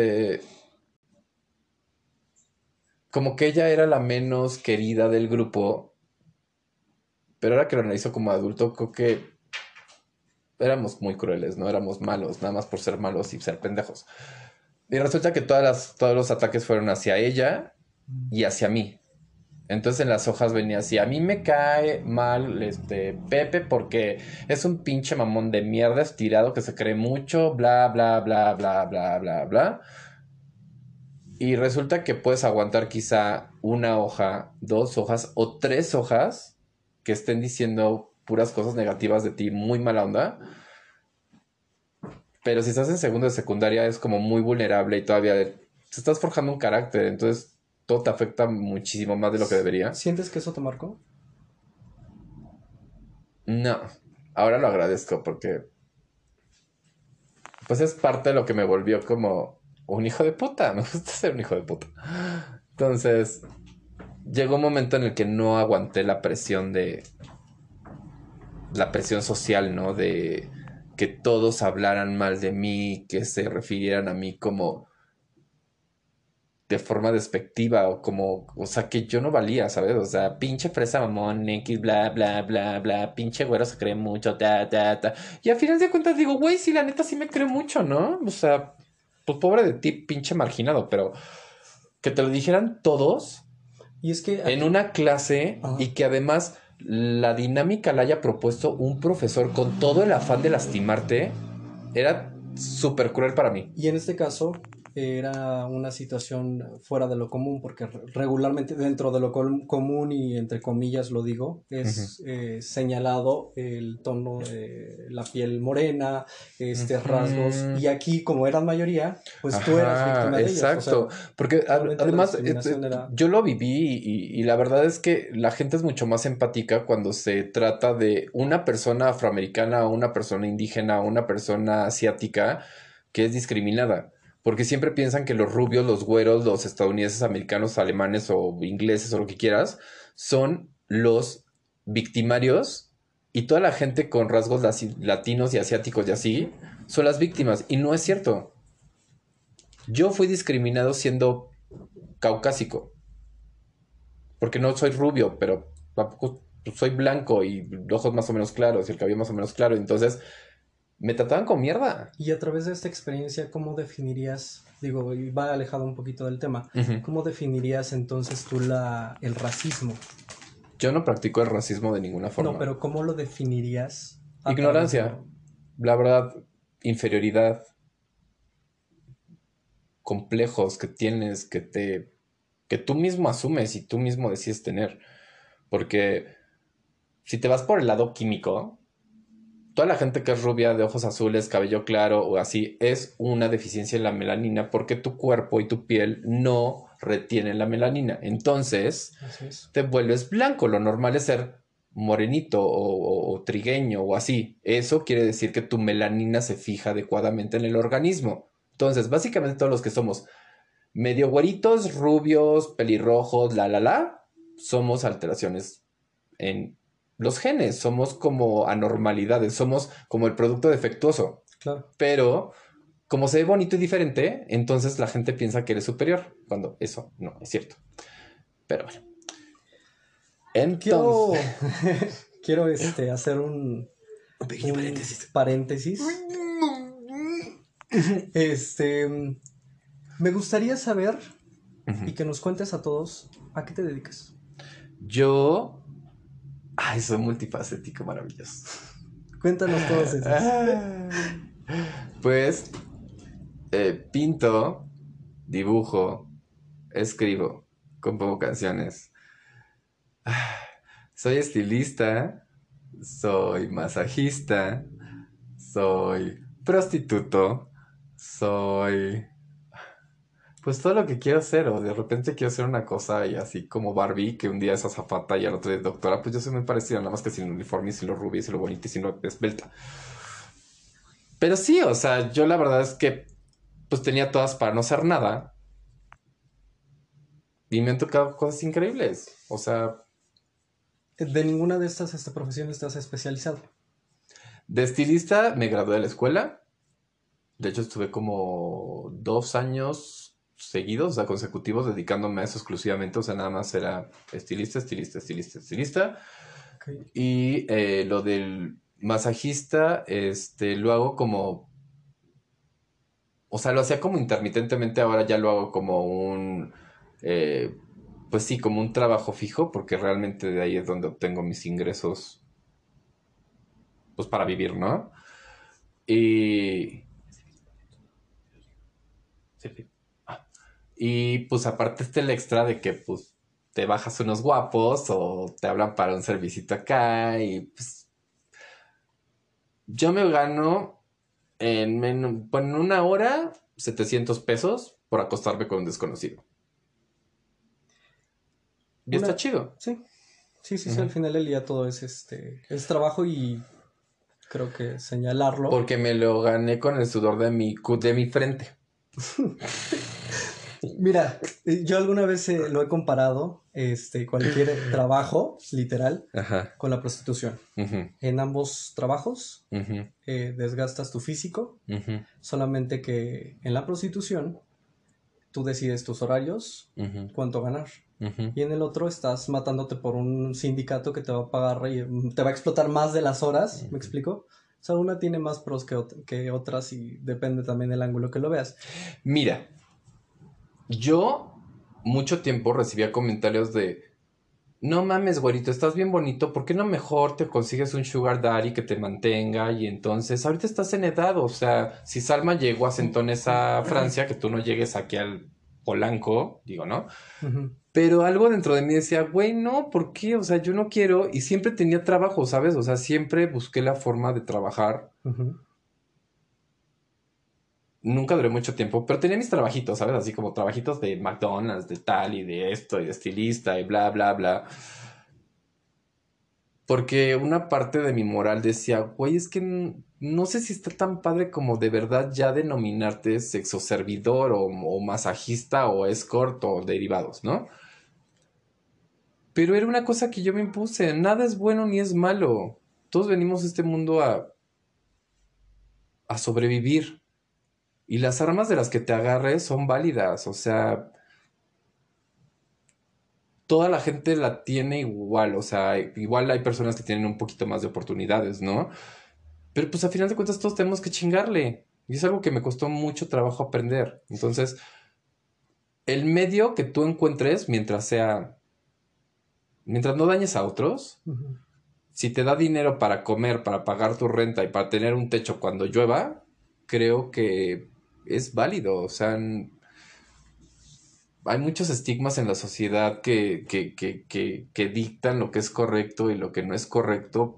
como que ella era la menos querida del grupo, pero ahora que lo analizo como adulto, creo que éramos muy crueles, ¿no? Éramos malos, nada más por ser malos y ser pendejos. Y resulta que todos los ataques fueron hacia ella y hacia mí. Entonces en las hojas venía así, a mí me cae mal Pepe porque es un pinche mamón de mierda estirado que se cree mucho, bla, bla, bla, bla, bla, bla, bla. Y resulta que puedes aguantar quizá una hoja, dos hojas o tres hojas que estén diciendo puras cosas negativas de ti, muy mala onda. Pero si estás en segundo de secundaria es como muy vulnerable y todavía te estás forjando un carácter, entonces todo te afecta muchísimo más de lo que debería. ¿Sientes que eso te marcó? No, ahora lo agradezco porque pues es parte de lo que me volvió como un hijo de puta. Me gusta ser un hijo de puta. Entonces llegó un momento en el que no aguanté la presión social, ¿no? De que todos hablaran mal de mí, que se refirieran a mí como de forma despectiva o como, o sea, que yo no valía, ¿sabes? O sea, pinche fresa mamón, X, bla, bla, bla, bla, pinche güero se cree mucho, ta, ta, ta. Y a final de cuentas digo, güey, sí, la neta sí me creo mucho, ¿no? O sea, pues pobre de ti, pinche marginado, pero que te lo dijeran todos Y es que en aquí... una clase Ajá. y que además la dinámica la haya propuesto un profesor con todo el afán de lastimarte, era súper cruel para mí. Y en este caso era una situación fuera de lo común, porque regularmente dentro de lo común y entre comillas lo digo, Ujú. es señalado el tono de la piel morena, rasgos, Ujú. y aquí como eran mayoría, pues tú eras Ajá, víctima de ellos, o sea, exacto. Porque realmente la además discriminación era... yo lo viví y la verdad es que la gente es mucho más empática cuando se trata de una persona afroamericana o una persona indígena o una persona asiática que es discriminada. Porque siempre piensan que los rubios, los güeros, los estadounidenses, americanos, alemanes o ingleses o lo que quieras, son los victimarios y toda la gente con rasgos latinos y asiáticos y así son las víctimas. Y no es cierto. Yo fui discriminado siendo caucásico, porque no soy rubio, pero tampoco soy blanco y ojos más o menos claros y el cabello más o menos claro. Entonces me trataban con mierda. Y a través de esta experiencia, ¿cómo definirías, digo, y va alejado un poquito del tema, Ujú. cómo definirías entonces tú el racismo? Yo no practico el racismo de ninguna No, forma. pero ¿cómo lo definirías a través de Ignorancia, lo... la verdad, inferioridad, complejos que tienes que tú mismo asumes y tú mismo decides tener. Porque si te vas por el lado químico, toda la gente que es rubia, de ojos azules, cabello claro o así, es una deficiencia en la melanina porque tu cuerpo y tu piel no retienen la melanina. Entonces, Así es. te vuelves blanco. Lo normal es ser morenito o trigueño o así. Eso quiere decir que tu melanina se fija adecuadamente en el organismo. Entonces, básicamente todos los que somos medio güeritos, rubios, pelirrojos, somos alteraciones en los genes, somos como anormalidades, somos como el producto defectuoso. Claro. Pero como se ve bonito y diferente, entonces la gente piensa que eres superior, cuando eso no es cierto. Pero bueno. Quiero, Entonces, quiero hacer un pequeño un paréntesis. paréntesis. Este, me gustaría saber y que nos cuentes a todos a qué te dedicas. Yo... Ay, soy multifacético, maravilloso. Cuéntanos todos esos. Pues pinto, dibujo, escribo, compongo canciones. Soy estilista, soy masajista, soy prostituto, soy pues todo lo que quiero hacer, o de repente quiero hacer una cosa y así como Barbie, que un día es azafata y al otro día es doctora, pues yo soy muy parecido, nada más que sin uniforme y sin lo rubio y sin lo bonito y sin lo esbelta. Pero sí, o sea, yo la verdad es que pues tenía todas para no hacer nada y me han tocado cosas increíbles. O sea, ¿De ninguna de estas profesiones te has especializado? De estilista me gradué de la escuela. De hecho, estuve como 2 años seguidos, o sea, consecutivos, dedicándome a eso exclusivamente. O sea, nada más era estilista, estilista, estilista, estilista. Okay. Y lo del masajista, lo hago como, o sea, lo hacía como intermitentemente, ahora ya lo hago como eh, pues sí, como un trabajo fijo, porque realmente de ahí es donde obtengo mis ingresos, pues para vivir, ¿no? Y, sí, sí. Y pues aparte está el extra de que pues te bajas unos guapos o te hablan para un servicito acá y pues yo me gano bueno, en una hora 700 pesos por acostarme con un desconocido. Y está chido. Sí, sí, sí, sí, al Ujú. final del día todo es trabajo y creo que señalarlo. Porque me lo gané con el sudor de mi frente. Mira, yo alguna vez lo he comparado, cualquier trabajo, literal, Ajá. con la prostitución. Ujú, En ambos trabajos ujú, desgastas tu físico, ujú, solamente que en la prostitución tú decides tus horarios, ujú, cuánto ganar. ujú. Y en el otro estás matándote por un sindicato que te va a pagar y te va a explotar más de las horas, ¿me explico? O sea, una tiene más pros que otras y depende también del ángulo que lo veas. Mira, yo mucho tiempo recibía comentarios de, no mames, güerito, estás bien bonito, ¿por qué no mejor te consigues un sugar daddy que te mantenga? Y entonces, ahorita estás en edad, o sea, si Salma llegó a Centones a Francia, que tú no llegues aquí al Polanco, digo, ¿no? Ujú, Pero algo dentro de mí decía, güey, no, ¿por qué? O sea, yo no quiero, y siempre tenía trabajo, ¿sabes? O sea, siempre busqué la forma de trabajar. ujú. Nunca duré mucho tiempo, pero tenía mis trabajitos, ¿sabes? Así como trabajitos de McDonald's, de tal y de esto, y de estilista, y bla, bla, bla. Porque una parte de mi moral decía, güey, es que no sé si está tan padre como de verdad ya denominarte sexoservidor o masajista o escort o derivados, ¿no? Pero era una cosa que yo me impuse. Nada es bueno ni es malo. Todos venimos a este mundo a sobrevivir. Y las armas de las que te agarres son válidas. O sea, toda la gente la tiene igual. O sea, igual hay personas que tienen un poquito más de oportunidades, ¿no? Pero pues a final de cuentas todos tenemos que chingarle. Y es algo que me costó mucho trabajo aprender. Entonces, el medio que tú encuentres, mientras no dañes a otros, Ujú. si te da dinero para comer, para pagar tu renta y para tener un techo cuando llueva, creo que es válido. O sea, hay muchos estigmas en la sociedad que dictan lo que es correcto y lo que no es correcto,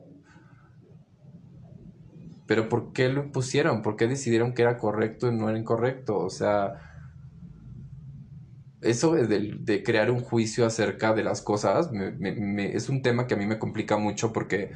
pero ¿por qué lo impusieron? ¿Por qué decidieron que era correcto y no era incorrecto? O sea, eso de crear un juicio acerca de las cosas es un tema que a mí me complica mucho porque,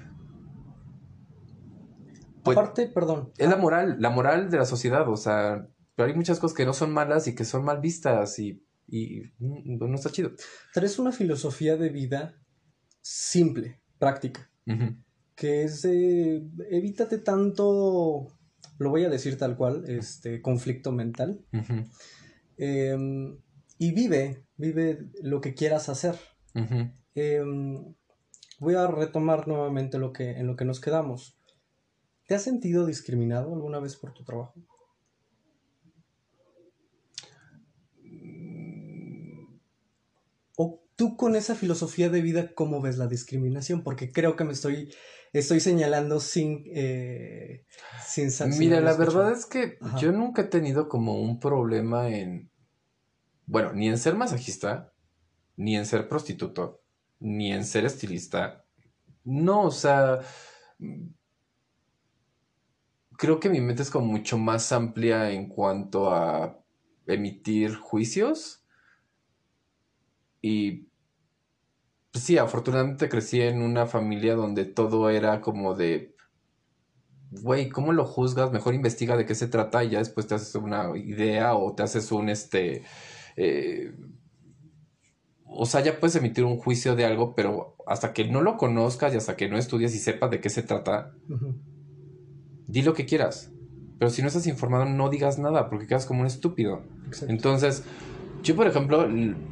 pues, Aparte, perdón, es la moral de la sociedad, o sea, pero hay muchas cosas que no son malas y que son mal vistas y no está chido. traes una filosofía de vida simple, práctica, Ujú, que es evítate tanto, lo voy a decir tal cual, conflicto mental, ujú, eh, y vive lo que quieras hacer. ujú. Eh, Voy a retomar nuevamente en lo que nos quedamos. ¿Te has sentido discriminado alguna vez por tu trabajo? ¿O tú con esa filosofía de vida cómo ves la discriminación? Porque creo que estoy señalando sin Mira, haber la verdad escuchado. es que yo Ajá. nunca he tenido como un problema bueno, ni en ser masajista, ni en ser prostituto, ni en ser estilista. No, o sea, creo que mi mente es como mucho más amplia en cuanto a emitir juicios. Y pues sí, afortunadamente crecí en una familia donde todo era como de, güey, ¿cómo lo juzgas? Mejor investiga de qué se trata y ya después te haces una idea o te haces eh, o sea, ya puedes emitir un juicio de algo, pero hasta que no lo conozcas y hasta que no estudies y sepas de qué se trata, Ujú. di lo que quieras. Pero si no estás informado, no digas nada, porque quedas como un estúpido. Exacto. Entonces, yo, por ejemplo,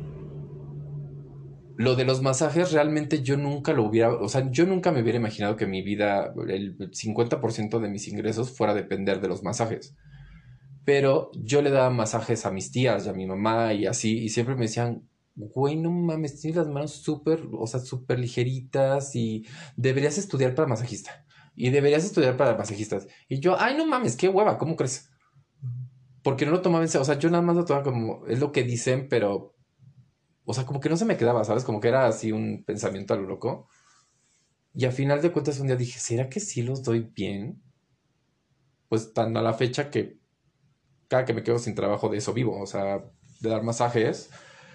lo de los masajes realmente yo nunca lo hubiera, o sea, yo nunca me hubiera imaginado que mi vida, el 50% de mis ingresos fuera a depender de los masajes. Pero yo le daba masajes a mis tías y a mi mamá y así, y siempre me decían, güey, no mames, tienes las manos súper, o sea, súper ligeritas y deberías estudiar para masajista. Y deberías estudiar para masajistas. Y yo, ay, no mames, qué hueva, ¿cómo crees? Porque no lo tomaba en serio, o sea, yo nada más lo tomaba como, es lo que dicen, pero, o sea, como que no se me quedaba, ¿sabes? Como que era así un pensamiento a lo loco. Y a final de cuentas un día dije, ¿será que sí los doy bien? Pues tan a la fecha que cada que me quedo sin trabajo de eso vivo, o sea, de dar masajes.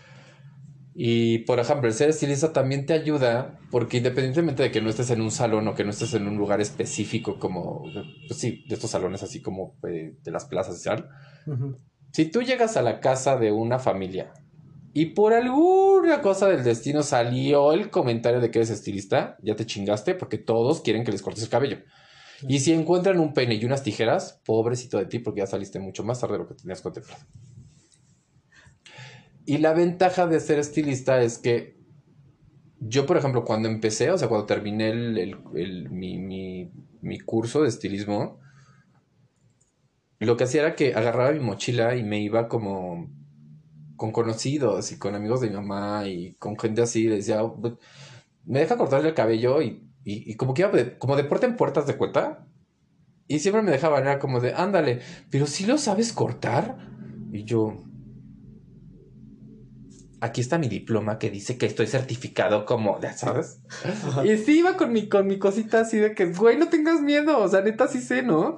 Y por ejemplo, el ser estilista también te ayuda porque independientemente de que no estés en un salón o que no estés en un lugar específico como, pues sí, de estos salones así como de las plazas y tal, Ujú. si tú llegas a la casa de una familia y por alguna cosa del destino salió el comentario de que eres estilista, ya te chingaste porque todos quieren que les cortes el cabello. Y Claro. si encuentran un peine y unas tijeras, pobrecito de ti porque ya saliste mucho más tarde de lo que tenías contemplado. Y la ventaja de ser estilista es que yo, por ejemplo, cuando empecé, o sea, cuando terminé mi curso de estilismo, lo que hacía era que agarraba mi mochila y me iba como con conocidos y con amigos de mi mamá y con gente así, le decía, "Oh, me deja cortarle el cabello y como que iba como de puerta en puerta, ¿te das cuenta? Y siempre me dejaban, era como de, ándale, pero si lo sabes cortar. Y yo, aquí está mi diploma que dice que estoy certificado como, ya sabes. Ajá. Y sí iba con mi cosita así de que, güey, no tengas miedo, o sea, neta sí sé, ¿no?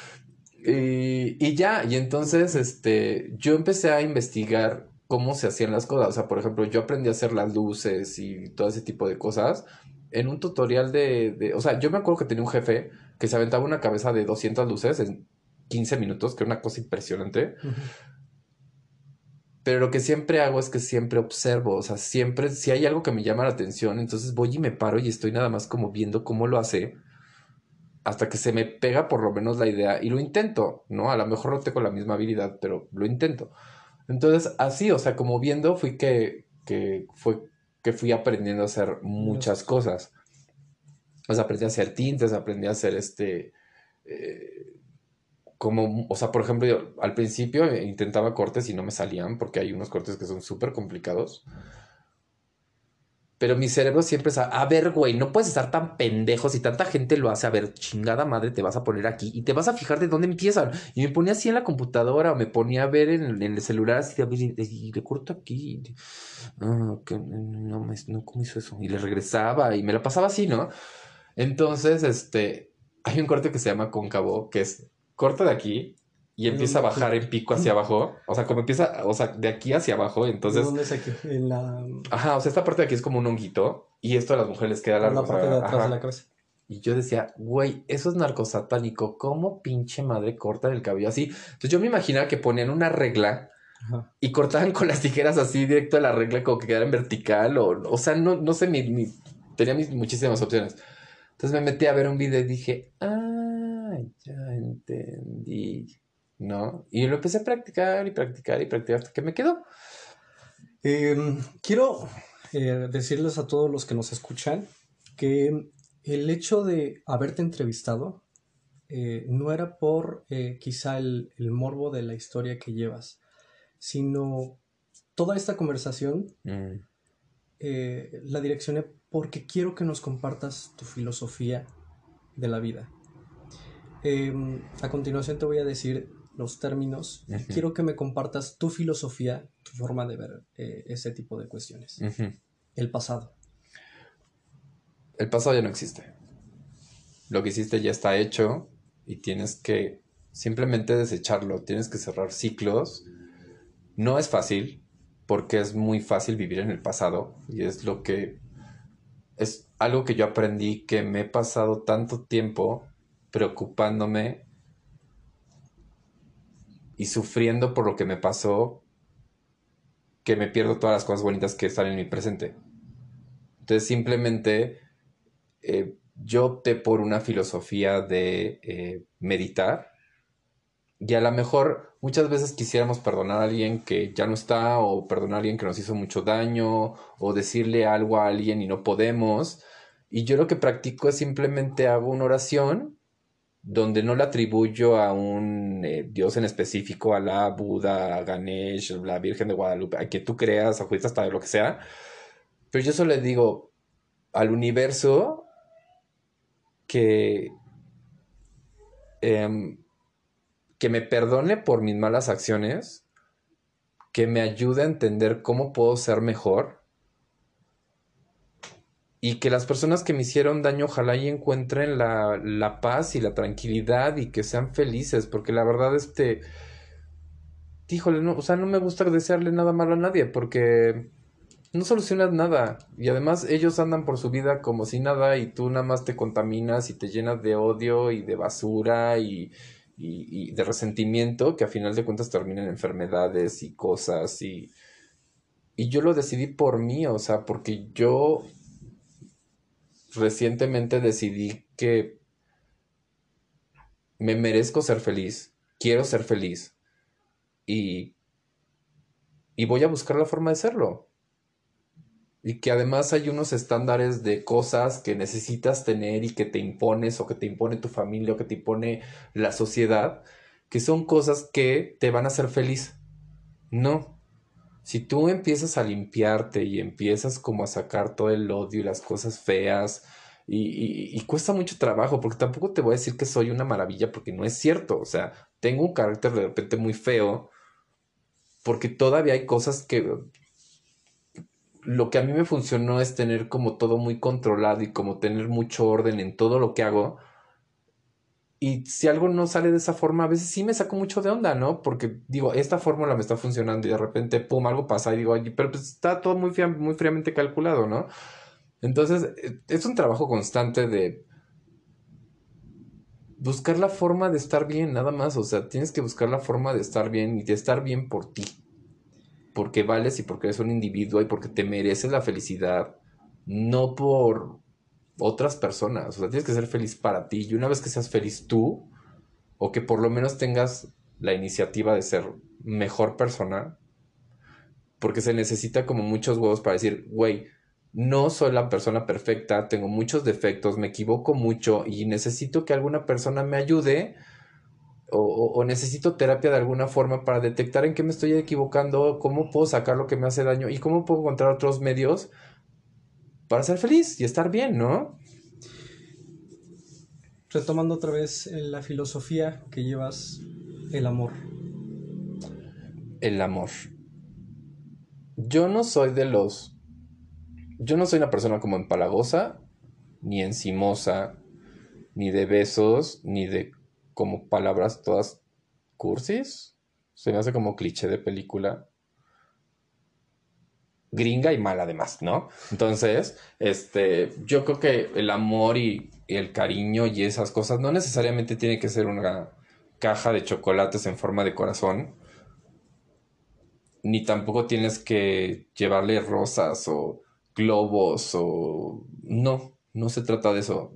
Y ya, y entonces, yo empecé a investigar cómo se hacían las cosas. O sea, por ejemplo, yo aprendí a hacer las luces y todo ese tipo de cosas en un tutorial o sea, yo me acuerdo que tenía un jefe que se aventaba una cabeza de 200 luces en 15 minutos, que era una cosa impresionante. Ujú. Pero lo que siempre hago es que siempre observo, o sea, siempre, si hay algo que me llama la atención, entonces voy y me paro y estoy nada más como viendo cómo lo hace hasta que se me pega por lo menos la idea y lo intento, ¿no? A lo mejor no tengo la misma habilidad, pero lo intento. Entonces, así, o sea, como viendo, que fui aprendiendo a hacer Las muchas cosas. cosas. O sea, aprendí a hacer tintes, aprendí a hacer como, o sea, por ejemplo, yo al principio intentaba cortes y no me salían porque hay unos cortes que son súper complicados. Pero mi cerebro siempre es, a ver, güey, no puedes estar tan pendejo si tanta gente lo hace. A ver, chingada madre, te vas a poner aquí y te vas a fijar de dónde empiezan. Y me ponía así en la computadora o me ponía a ver en el celular así, a ver, y le corto aquí. Ah, que no, ¿cómo hizo eso? Y le regresaba y me la pasaba así, ¿no? Entonces, hay un corte que se llama cóncavo, que es corta de aquí y ¿De empieza dónde a aquí? bajar en pico hacia abajo. O sea, como empieza, o sea, de aquí hacia abajo. ¿De Entonces, dónde es aquí? En la, ajá, o sea, esta parte de aquí es como un honguito y esto a las mujeres les queda por largo, la o parte de sea, atrás de la ajá. cabeza. Y yo decía, güey, eso es narcosatánico, ¿cómo pinche madre cortan el cabello así? Entonces yo me imaginaba que ponían una regla Ajá. y cortaban con las tijeras así directo a la regla como que quedara en vertical o sea, no sé, tenía muchísimas opciones. Entonces me metí a ver un video y dije, ah, ya entendí, ¿no? Y lo empecé a practicar y practicar y practicar hasta que me quedó. Quiero decirles a todos los que nos escuchan que el hecho de haberte entrevistado no era por quizá el morbo de la historia que llevas, sino toda esta conversación Mm, la direccioné porque quiero que nos compartas tu filosofía de la vida. A continuación te voy a decir los términos y ujú, quiero que me compartas tu filosofía, tu forma de ver ese tipo de cuestiones. ujú. El pasado. El pasado ya no existe. Lo que hiciste ya está hecho y tienes que simplemente desecharlo, tienes que cerrar ciclos. No es fácil porque es muy fácil vivir en el pasado y es algo que yo aprendí que me he pasado tanto tiempo preocupándome y sufriendo por lo que me pasó que me pierdo todas las cosas bonitas que están en mi presente. Entonces simplemente yo opté por una filosofía de meditar y a lo mejor muchas veces quisiéramos perdonar a alguien que ya no está o perdonar a alguien que nos hizo mucho daño o decirle algo a alguien y no podemos. Y yo lo que practico es simplemente hago una oración donde no le atribuyo a un dios en específico, Alá, Buda, Ganesh, la Virgen de Guadalupe, a quien tú creas, a hasta de lo que sea. Pero yo solo le digo al universo que, em, que me perdone por mis malas acciones, que me ayude a entender cómo puedo ser mejor y que las personas que me hicieron daño ojalá y encuentren la paz y la tranquilidad y que sean felices, porque la verdad, híjole, no, o sea, no me gusta desearle nada malo a nadie porque no solucionas nada y además ellos andan por su vida como si nada y tú nada más te contaminas y te llenas de odio y de basura y de resentimiento que a final de cuentas terminan en enfermedades y cosas y yo lo decidí por mí, o sea, porque yo recientemente decidí que me merezco ser feliz, quiero ser feliz y, y voy a buscar la forma de serlo. Y que además hay unos estándares de cosas que necesitas tener y que te impones o que te impone tu familia o que te impone la sociedad, que son cosas que te van a hacer feliz. No. Si tú empiezas a limpiarte y empiezas como a sacar todo el odio y las cosas feas, y cuesta mucho trabajo, porque tampoco te voy a decir que soy una maravilla, porque no es cierto. O sea, tengo un carácter de repente muy feo, porque todavía hay cosas que lo que a mí me funcionó es tener como todo muy controlado y como tener mucho orden en todo lo que hago. Y si algo no sale de esa forma, a veces sí me saco mucho de onda, ¿no? Porque digo, esta fórmula me está funcionando y de repente, pum, algo pasa y digo, oye, pero pues está todo muy fríamente calculado, ¿no? Entonces, es un trabajo constante de buscar la forma de estar bien, nada más. O sea, tienes que buscar la forma de estar bien y de estar bien por ti. Porque vales y porque eres un individuo y porque te mereces la felicidad, no por otras personas. O sea, tienes que ser feliz para ti. Y una vez que seas feliz tú, o que por lo menos tengas la iniciativa de ser mejor persona, porque se necesita como muchos huevos para decir, güey, no soy la persona perfecta, tengo muchos defectos, me equivoco mucho y necesito que alguna persona me ayude o necesito terapia de alguna forma para detectar en qué me estoy equivocando, cómo puedo sacar lo que me hace daño y cómo puedo encontrar otros medios para ser feliz y estar bien, ¿no? Retomando otra vez la filosofía que llevas, el amor. El amor. Yo no soy de los... Yo no soy una persona como empalagosa, ni encimosa, ni de besos, ni de como palabras todas cursis. Se me hace como cliché de película gringa y mal además, ¿no? Entonces, yo creo que el amor y el cariño y esas cosas no necesariamente tiene que ser una caja de chocolates en forma de corazón, ni tampoco tienes que llevarle rosas o globos o... No, no se trata de eso.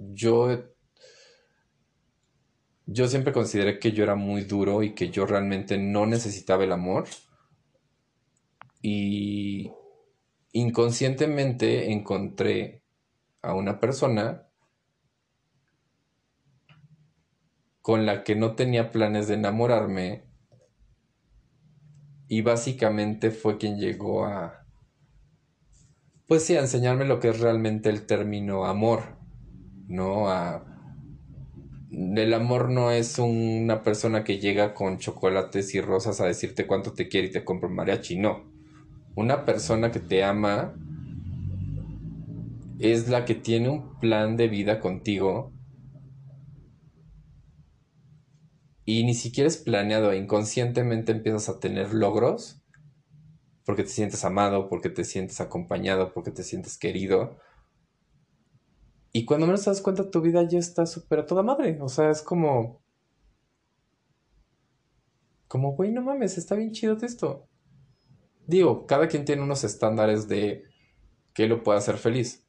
Yo siempre consideré que yo era muy duro y que yo realmente no necesitaba el amor y inconscientemente encontré a una persona con la que no tenía planes de enamorarme y básicamente fue quien llegó a, pues sí, a enseñarme lo que es realmente el término amor, ¿no? El amor no es una persona que llega con chocolates y rosas a decirte cuánto te quiere y te compra un mariachi, no. Una persona que te ama es la que tiene un plan de vida contigo y ni siquiera es planeado, inconscientemente empiezas a tener logros porque te sientes amado, porque te sientes acompañado, porque te sientes querido. Y cuando menos te das cuenta, tu vida ya está súper a toda madre. O sea, es como, güey, no mames, está bien chido esto. Digo, cada quien tiene unos estándares de qué lo puede hacer feliz.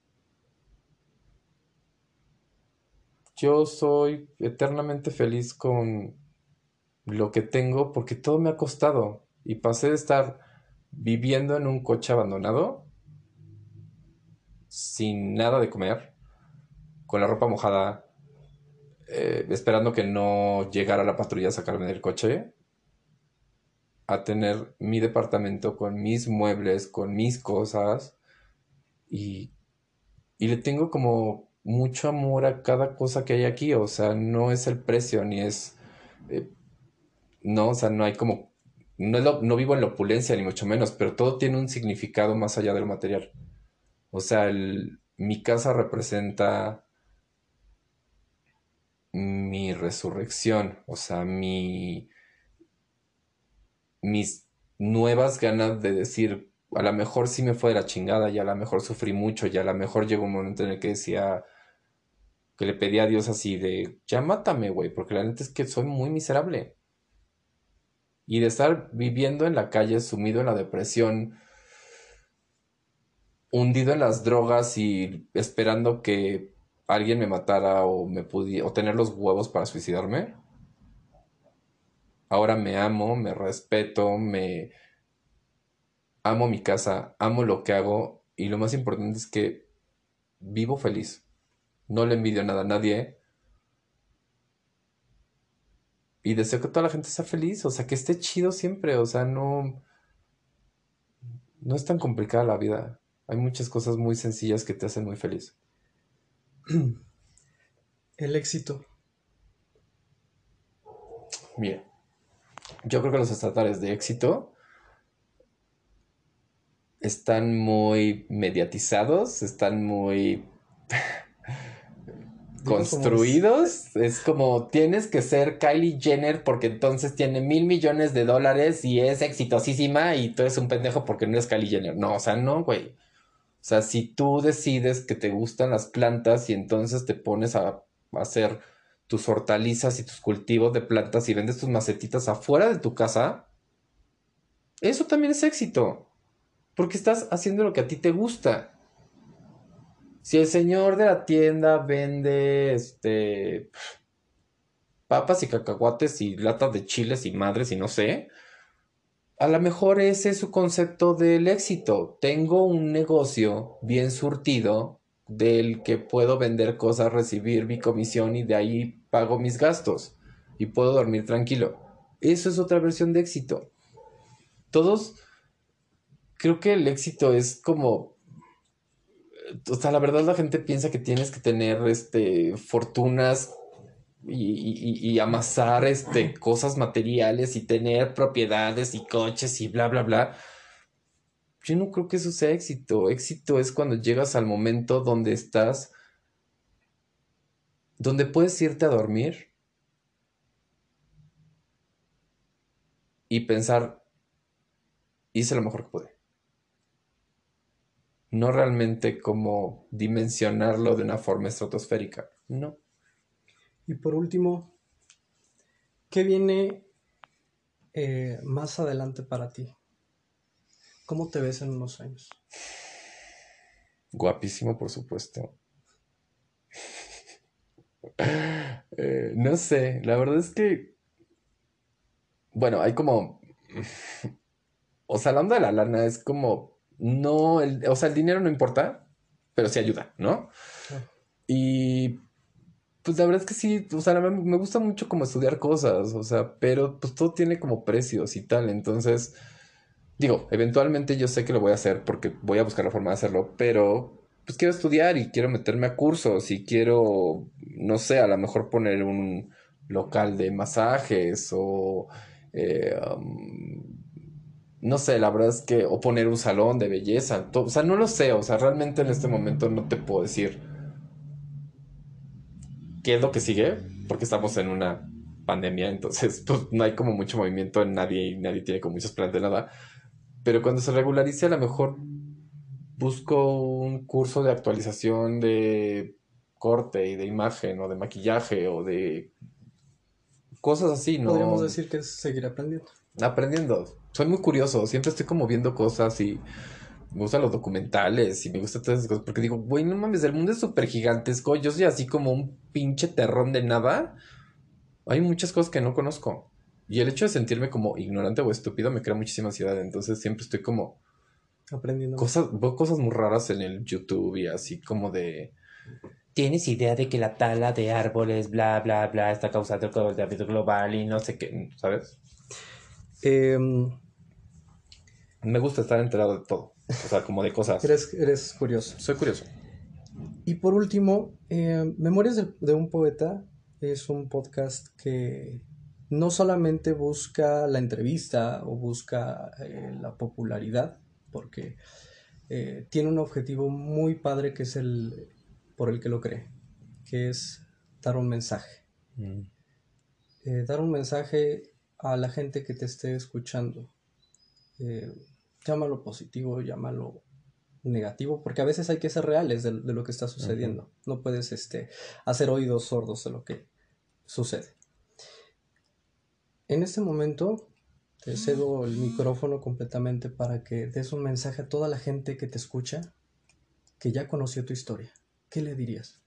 Yo soy eternamente feliz con lo que tengo porque todo me ha costado y pasé de estar viviendo en un coche abandonado, sin nada de comer, con la ropa mojada, esperando que no llegara la patrulla a sacarme del coche, a tener mi departamento con mis muebles, con mis cosas y, y le tengo como mucho amor a cada cosa que hay aquí, o sea, no es el precio ni es... eh, no, o sea, no hay como... No vivo en la opulencia ni mucho menos, pero todo tiene un significado más allá del material. O sea, mi casa representa mi resurrección, o sea, mis nuevas ganas de decir, a lo mejor sí me fue de la chingada y a lo mejor sufrí mucho y a lo mejor llegó un momento en el que decía, que le pedía a Dios así de, ya mátame, güey, porque la neta es que soy muy miserable. Y de estar viviendo en la calle, sumido en la depresión, hundido en las drogas y esperando que alguien me matara o me pudiera, o tener los huevos para suicidarme. Ahora me amo, me respeto, me amo mi casa, amo lo que hago y lo más importante es que vivo feliz. No le envidio nada a nadie y deseo que toda la gente sea feliz, o sea, que esté chido siempre, o sea, no es tan complicada la vida. Hay muchas cosas muy sencillas que te hacen muy feliz. El éxito. Mira, yo creo que los estándares de éxito están muy mediatizados, están muy Dilo como es. construidos. Es como tienes que ser Kylie Jenner porque entonces tiene $1,000,000,000 y es exitosísima y tú eres un pendejo porque no eres Kylie Jenner. No, o sea, no, güey. O sea, si tú decides que te gustan las plantas y entonces te pones a hacer tus hortalizas y tus cultivos de plantas y vendes tus macetitas afuera de tu casa, eso también es éxito, porque estás haciendo lo que a ti te gusta. Si el señor de la tienda vende papas y cacahuates y latas de chiles y madres y no sé, a lo mejor ese es su concepto del éxito. Tengo un negocio bien surtido del que puedo vender cosas, recibir mi comisión y de ahí pago mis gastos y puedo dormir tranquilo. Eso es otra versión de éxito. Todos, creo que el éxito es como, o sea, la verdad la gente piensa que tienes que tener fortunas y amasar cosas materiales y tener propiedades y coches y bla, bla, bla. Yo no creo que eso sea éxito. Éxito es cuando llegas al momento donde estás, donde puedes irte a dormir y pensar, hice lo mejor que pude. No realmente como dimensionarlo de una forma estratosférica. No. Y por último, ¿qué viene más adelante para ti? ¿Cómo te ves en unos años? Guapísimo, por supuesto. No sé, la verdad es que, bueno, hay como, o sea, hablando de la lana es como, no, o sea, el dinero no importa, pero sí ayuda, ¿no? Claro. Y pues la verdad es que sí, o sea, me gusta mucho como estudiar cosas, o sea, pero pues todo tiene como precios y tal, entonces, digo, eventualmente yo sé que lo voy a hacer porque voy a buscar la forma de hacerlo, pero pues quiero estudiar y quiero meterme a cursos y quiero, no sé, a lo mejor poner un local de masajes o, no sé, la verdad es que, o poner un salón de belleza, o sea, no lo sé, o sea, realmente en este momento no te puedo decir qué es lo que sigue, porque estamos en una pandemia, entonces pues no hay como mucho movimiento en nadie y nadie tiene como muchos planes de nada. Pero cuando se regularice, a lo mejor busco un curso de actualización de corte y de imagen o de maquillaje o de cosas así, Podríamos ¿no? decir que es seguir aprendiendo. Aprendiendo. Soy muy curioso, siempre estoy como viendo cosas y me gustan los documentales y me gustan todas esas cosas porque digo, güey, no mames, el mundo es súper gigantesco, yo soy así como un pinche terrón de nada. Hay muchas cosas que no conozco. Y el hecho de sentirme como ignorante o estúpido me crea muchísima ansiedad. Entonces siempre estoy como Aprendiendo más. veo cosas muy raras en el YouTube y así como de... ¿Tienes idea de que la tala de árboles, bla, bla, bla, está causando el calentamiento global y no sé qué, ¿sabes? Em, Me gusta estar enterado de todo. O sea, como de cosas. eres curioso. Soy curioso. Y por último, Memorias de un poeta es un podcast que no solamente busca la entrevista o busca la popularidad, porque tiene un objetivo muy padre que es el por el que lo cree, que es dar un mensaje. Mm. Dar un mensaje a la gente que te esté escuchando. Eh, llámalo positivo, llámalo negativo, porque a veces hay que ser reales de lo que está Ujú. sucediendo. No puedes hacer oídos sordos de lo que sucede. En este momento te cedo el micrófono completamente para que des un mensaje a toda la gente que te escucha, que ya conoció tu historia. ¿Qué le dirías?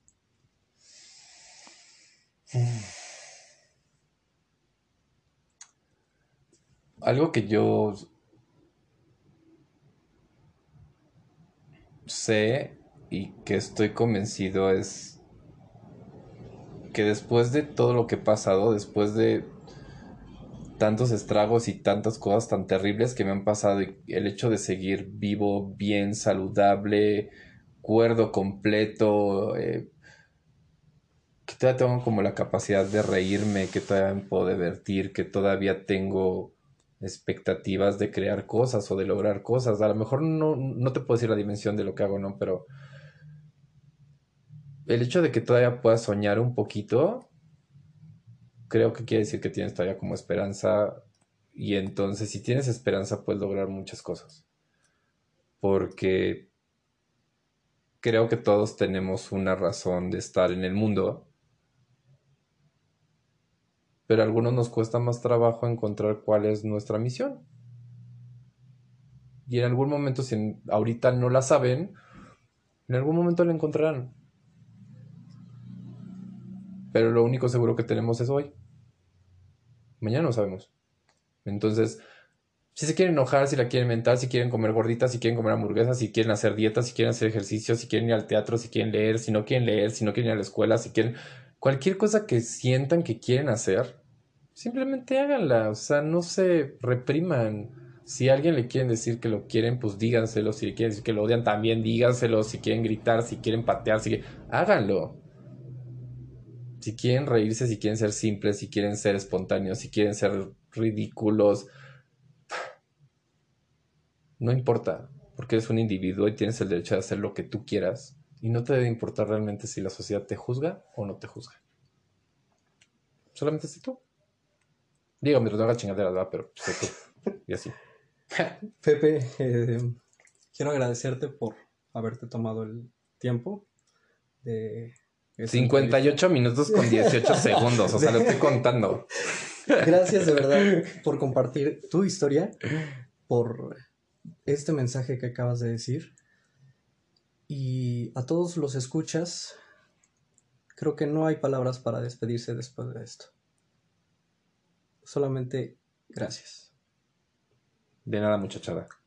Algo que yo sé y que estoy convencido es que después de todo lo que he pasado, después de tantos estragos y tantas cosas tan terribles que me han pasado y el hecho de seguir vivo, bien, saludable, cuerdo, completo, que todavía tengo como la capacidad de reírme, que todavía me puedo divertir, que todavía tengo expectativas de crear cosas o de lograr cosas. A lo mejor no te puedo decir la dimensión de lo que hago, ¿no? Pero el hecho de que todavía puedas soñar un poquito, creo que quiere decir que tienes todavía como esperanza y entonces si tienes esperanza puedes lograr muchas cosas. Porque creo que todos tenemos una razón de estar en el mundo, pero a algunos nos cuesta más trabajo encontrar cuál es nuestra misión. Y en algún momento, si ahorita no la saben, en algún momento la encontrarán. Pero lo único seguro que tenemos es hoy. Mañana no sabemos. Entonces, si se quieren enojar, si la quieren mentar, si quieren comer gorditas, si quieren comer hamburguesas, si quieren hacer dietas, si quieren hacer ejercicio, si quieren ir al teatro, si quieren leer, si no quieren leer, si no quieren ir a la escuela, si quieren... Cualquier cosa que sientan que quieren hacer, simplemente háganla. O sea, no se repriman. Si a alguien le quieren decir que lo quieren, pues díganselo. Si le quieren decir que lo odian, también díganselo. Si quieren gritar, si quieren patear, háganlo. Si quieren reírse, si quieren ser simples, si quieren ser espontáneos, si quieren ser ridículos, no importa, porque eres un individuo y tienes el derecho de hacer lo que tú quieras y no te debe importar realmente si la sociedad te juzga o no te juzga. Solamente sé tú. Digo, mientras no haga chingaderas, ¿verdad? Pero sé tú. Y así. Pepe, quiero agradecerte por haberte tomado el tiempo de esta entrevista. 58 minutos con 18 segundos, o sea, lo estoy contando. Gracias de verdad por compartir tu historia, por este mensaje que acabas de decir. Y a todos los escuchas, creo que no hay palabras para despedirse después de esto. Solamente gracias. De nada, muchachada.